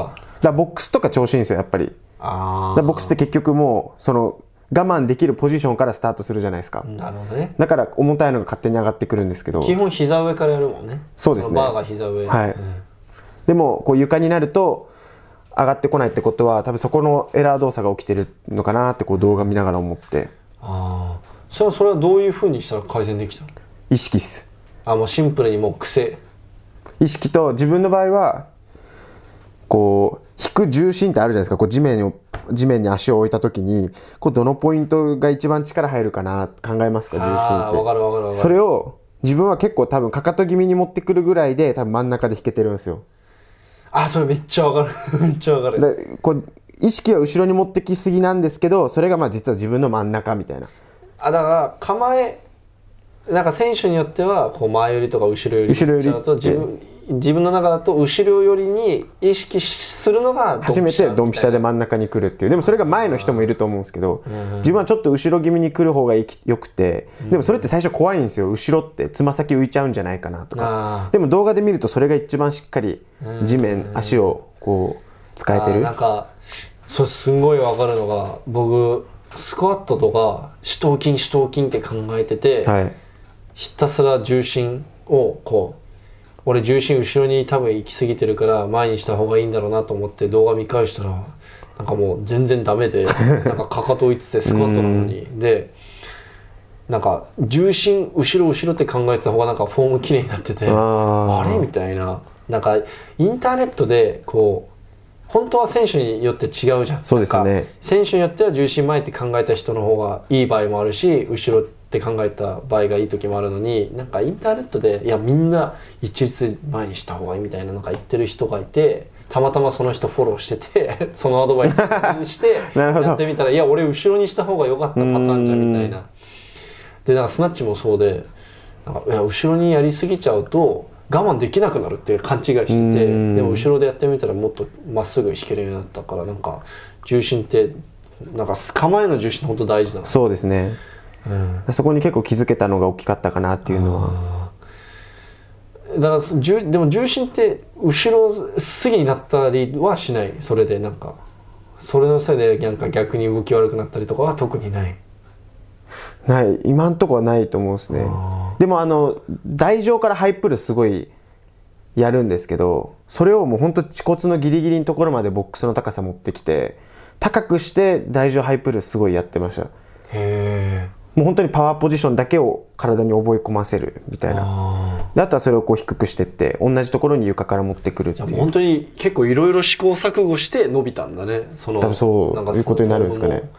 からボックスとか調子いいんですよやっぱり。 あだボックスって結局もうその我慢できるポジションからスタートするじゃないですか。 なるほどね。 だから重たいのが勝手に上がってくるんですけど、 基本膝上からやるもんね。 そうですね。 バーが膝上。 はい、 うん、 でもこう床になると上がってこないってことは多分そこのエラー動作が起きてるのかなってこう動画見ながら思って。 ああ、それはそれはどういうふうにしたら改善できたの？ 意識っす。 あ、もうシンプルにもう癖。 意識と自分の場合はこう引く重心ってあるじゃないですか。こう地面を地面に足を置いた時にこうどのポイントが一番力入るかな考えますか？重心って。 ああ、わかるわかるわかる。 それを自分は結構多分かかと気味に持ってくるぐらいで多分真ん中で弾けてるんですよ。 あ、それめっちゃわかるめっちゃわかる。 でこう意識は後ろに持ってきすぎなんですけど、それがまあ実は自分の真ん中みたいな。 あ、だから構えなんか選手によってはこう前寄りとか後ろ寄り後ろ寄りちゃうと自分自分の中だと後ろ寄りに意識するのが初めてドンピシャで真ん中に来るっていう。でもそれが前の人もいると思うんですけど、自分はちょっと後ろ気味に来る方がよくて、でもそれって最初怖いんですよ。後ろってつま先浮いちゃうんじゃないかなとか。でも動画で見るとそれが一番しっかり地面足をこう使えてる。 なんかそれすんごいわかるのが、僕スクワットとか四頭筋四頭筋って考えてて、 はい、 ひたすら重心をこう俺重心後ろに多分行き過ぎてるから前にした方がいいんだろうなと思って動画見返したらなんかもう全然ダメでなんかかかと浮いててスクワットなのにでなんか重心後ろ後ろって考えてた方がなんかフォーム綺麗になってて あ, あれみたいな。なんかインターネットでこう本当は選手によって違うじゃん。 そうですね。 なんか選手によっては重心前って考えた人の方がいい場合もあるし、後ろって考えた場合がいい時もあるのに、なんかインターネットでいやみんな一律前にした方がいいみたいななんか言ってる人がいて、たまたまその人フォローしててそのアドバイスにしてやってみたらいや俺後ろにした方が良かったパターンじゃんみたいな。でなんかスナッチもそうで、なんかいや後ろにやりすぎちゃうと我慢できなくなるって勘違いしてて、でも後ろでやってみたらもっとまっすぐ弾けるようになったから、なんか重心ってなんか構えの重心本当大事だな。 そうですね、うん、そこに結構気づけたのが大きかったかなっていうのは。 だから重でも重心って後ろすぎになったりはしない？それでなんかそれのせいでなんか逆に動き悪くなったりとかは特にない？ ない、今んとこはないと思うんですね。でもあの台上からハイプルすごいやるんですけど、それをもうほんと恥骨のギリギリのところまでボックスの高さ持ってきて高くして台上ハイプルすごいやってました。へえ。もう本当にパワーポジションだけを体に覚え込ませるみたいな。あであとはそれをこう低くしてって同じところに床から持ってくるっていう。 本当に結構いろいろ試行錯誤して伸びたんだね。その多分そういうことになるんですかね。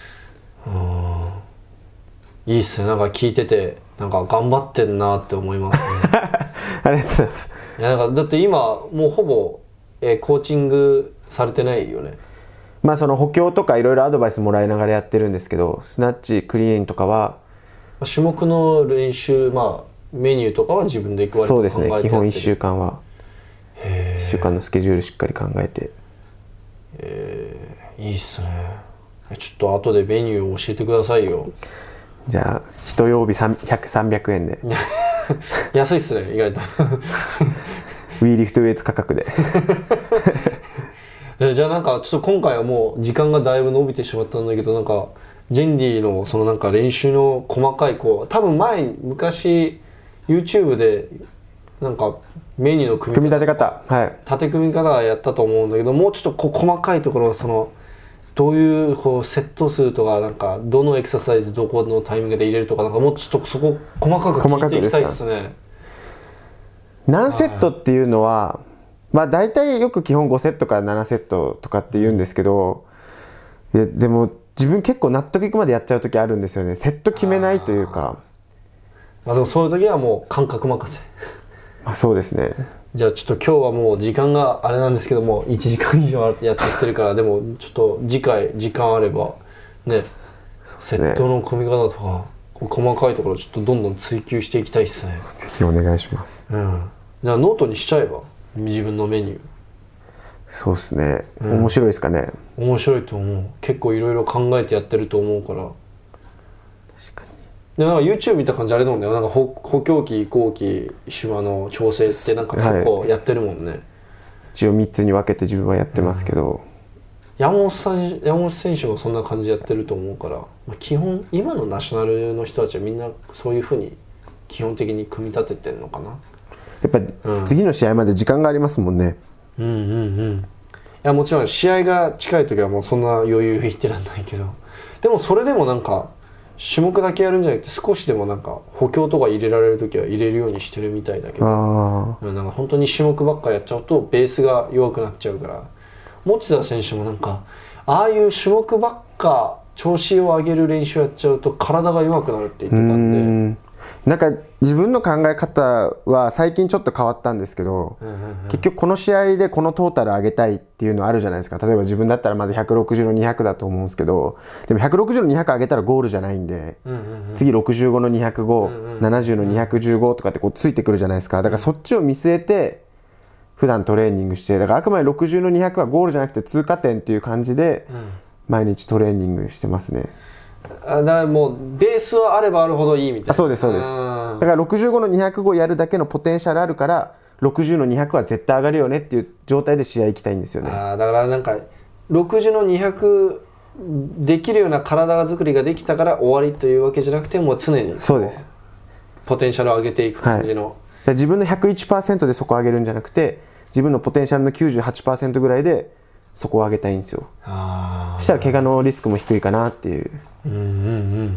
いいっすね。なんか聞いててなんか頑張ってんなって思いますねありがとうございます。 いやなんかだって今もうほぼ、えー、コーチングされてないよね。 まあその補強とかいろいろアドバイスもらいながらやってるんですけど、スナッチクリーンとかは種目の練習、まあメニューとかは自分で割と考えてやってる。 そうですね、基本いっしゅうかんはいっしゅうかんのスケジュールしっかり考えて。 えー、いいっすね。ちょっと後でメニューを教えてくださいよ。 じゃあ一曜日ひゃく、さんびゃくえんで安いっすね意外とウィーリフトウェイツ価格でじゃあなんかちょっと今回はもう時間がだいぶ伸びてしまったんだけど、なんかジェンディのそのなんか練習の細かいこう多分前昔 YouTube でなんかメニューの組み立て方、はい、 縦組み方やったと思うんだけど、もうちょっとこう細かいところそのどういうこうセット数とかなんかどのエクササイズどこのタイミングで入れるとかなんかもうちょっとそこ細かく聞いていきたいですね。 何セットっていうのは、まあ大体よく基本ごセットからななセットとかって言うんですけど、いやでも自分結構納得いくまでやっちゃう時あるんですよね。セット決めないというか。 まあでもそういう時はもう感覚任せ。 まあそうですね。 じゃあちょっと今日はもう時間があれなんですけどもいちじかん以上やっちゃってるからでもちょっと次回時間あればね、ねセットの組み方とか細かいところちょっとどんどん追求していきたいですね。 ぜひお願いします。 うん。じゃあノートにしちゃえば自分のメニュー。 そうですね、うん、面白いですかね。 面白いと思う。結構いろいろ考えてやってると思うから。 確かに。 でなんか YouTube 見た感じあれなんだよ。なんか補強期移行期手話の調整ってなんか結構やってるもんね。はい、 一応みっつに分けて自分はやってますけど、 山本さん山本選手もそんな感じでやってると思うから、まあ、基本今のナショナルの人たちはみんなそういうふうに基本的に組み立ててるのかな。 やっぱり次の試合まで時間がありますもんね。 うんうんうん。いやもちろん試合が近い時はもうそんな余裕言ってらんないけど、でもそれでもなんか種目だけやるんじゃなくて少しでもなんか補強とか入れられる時は入れるようにしてるみたいだけど、 あなんか本当に種目ばっかやっちゃうとベースが弱くなっちゃうから、持田選手もなんかああいう種目ばっか調子を上げる練習やっちゃうと体が弱くなるって言ってたんで、 んなんか自分の考え方は最近ちょっと変わったんですけど、うんうんうん、結局この試合でこのトータル上げたいっていうのあるじゃないですか。例えば自分だったらまずひゃくろくじゅうのにひゃくだと思うんですけど、でもひゃくろくじゅうのにひゃく上げたらゴールじゃないんで、うんうんうん、次ろくじゅうごのにひゃくご、うんうん、ななじゅうのにひゃくじゅうごとかってこうついてくるじゃないですか。だからそっちを見据えて普段トレーニングして、だからあくまでろくじゅうのにひゃくはゴールじゃなくて通過点っていう感じで毎日トレーニングしてますね。 あだからもうベースはあればあるほどいいみたいな。 あそうですそうです。だからろくじゅうごのにひゃくごやるだけのポテンシャルあるから、ろくじゅうのにひゃくは絶対上がるよねっていう状態で試合行きたいんですよね。 あだからなんかろくじゅうのにひゃくできるような体作りができたから終わりというわけじゃなくて、もう常にそうですポテンシャルを上げていく感じの、 はい、自分の ひゃくいちパーセント でそこを上げるんじゃなくて、自分のポテンシャルの きゅうじゅうはちパーセント ぐらいでそこを上げたいんですよ。あそしたら怪我のリスクも低いかなっていう。 うんうんうん。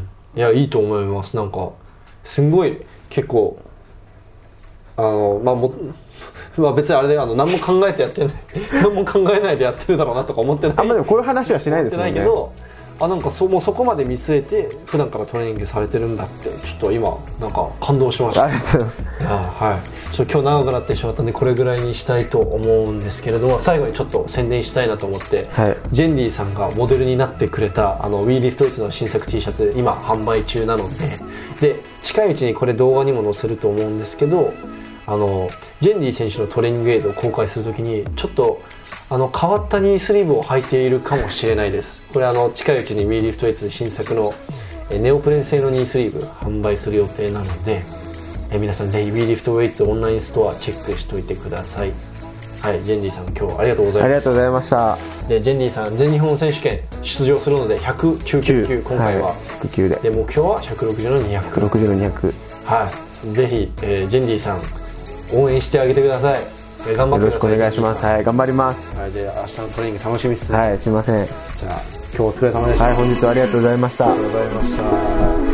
いやいいと思います。なんかすんごい結構あのまあもまあ別にあれであの何も考えてやってない何も考えないでやってるだろうなとか思ってない。 あんまでもこういう話はしないですもんね。 思ってないけど、あなんかそもうそこまで見据えて普段からトレーニングされてるんだってちょっと今なんか感動しました。 ありがとうございます。 あはい。ちょっと今日長くなってしまったんでこれぐらいにしたいと思うんですけれども、最後にちょっと宣伝したいなと思って、はい、ジェンディさんがモデルになってくれたあの WeLiftWeights の新作 T シャツ今販売中なので、で近いうちにこれ動画にも載せると思うんですけど、あのジェンディ選手のトレーニング映像を公開するときにちょっとあの変わったニースリーブを履いているかもしれないです。これあの近いうちに WeLiftWeights 新作のネオプレン製のニースリーブ販売する予定なので、え皆さんぜひ WeLiftWeights オンラインストアチェックしておいてください。はい、ジェンディさん今日ありがとうございました。 ありがとうございました。 でジェンディさん全日本選手権出場するのでひゃくきゅうキロ級今回は、はい、 ひゃくきゅうでで目標はひゃくろくじゅうのにひゃく。ひゃくろくじゅうのにひゃく。 はい、ぜひ、えー、ジェンディさん応援してあげてください。頑張ってください。 よろしくお願いします。はい、頑張ります。 はい、じゃあ明日のトレーニング楽しみです。 はい、すみません。 じゃあ今日お疲れ様でした。 はい、本日はありがとうございました。 ありがとうございました。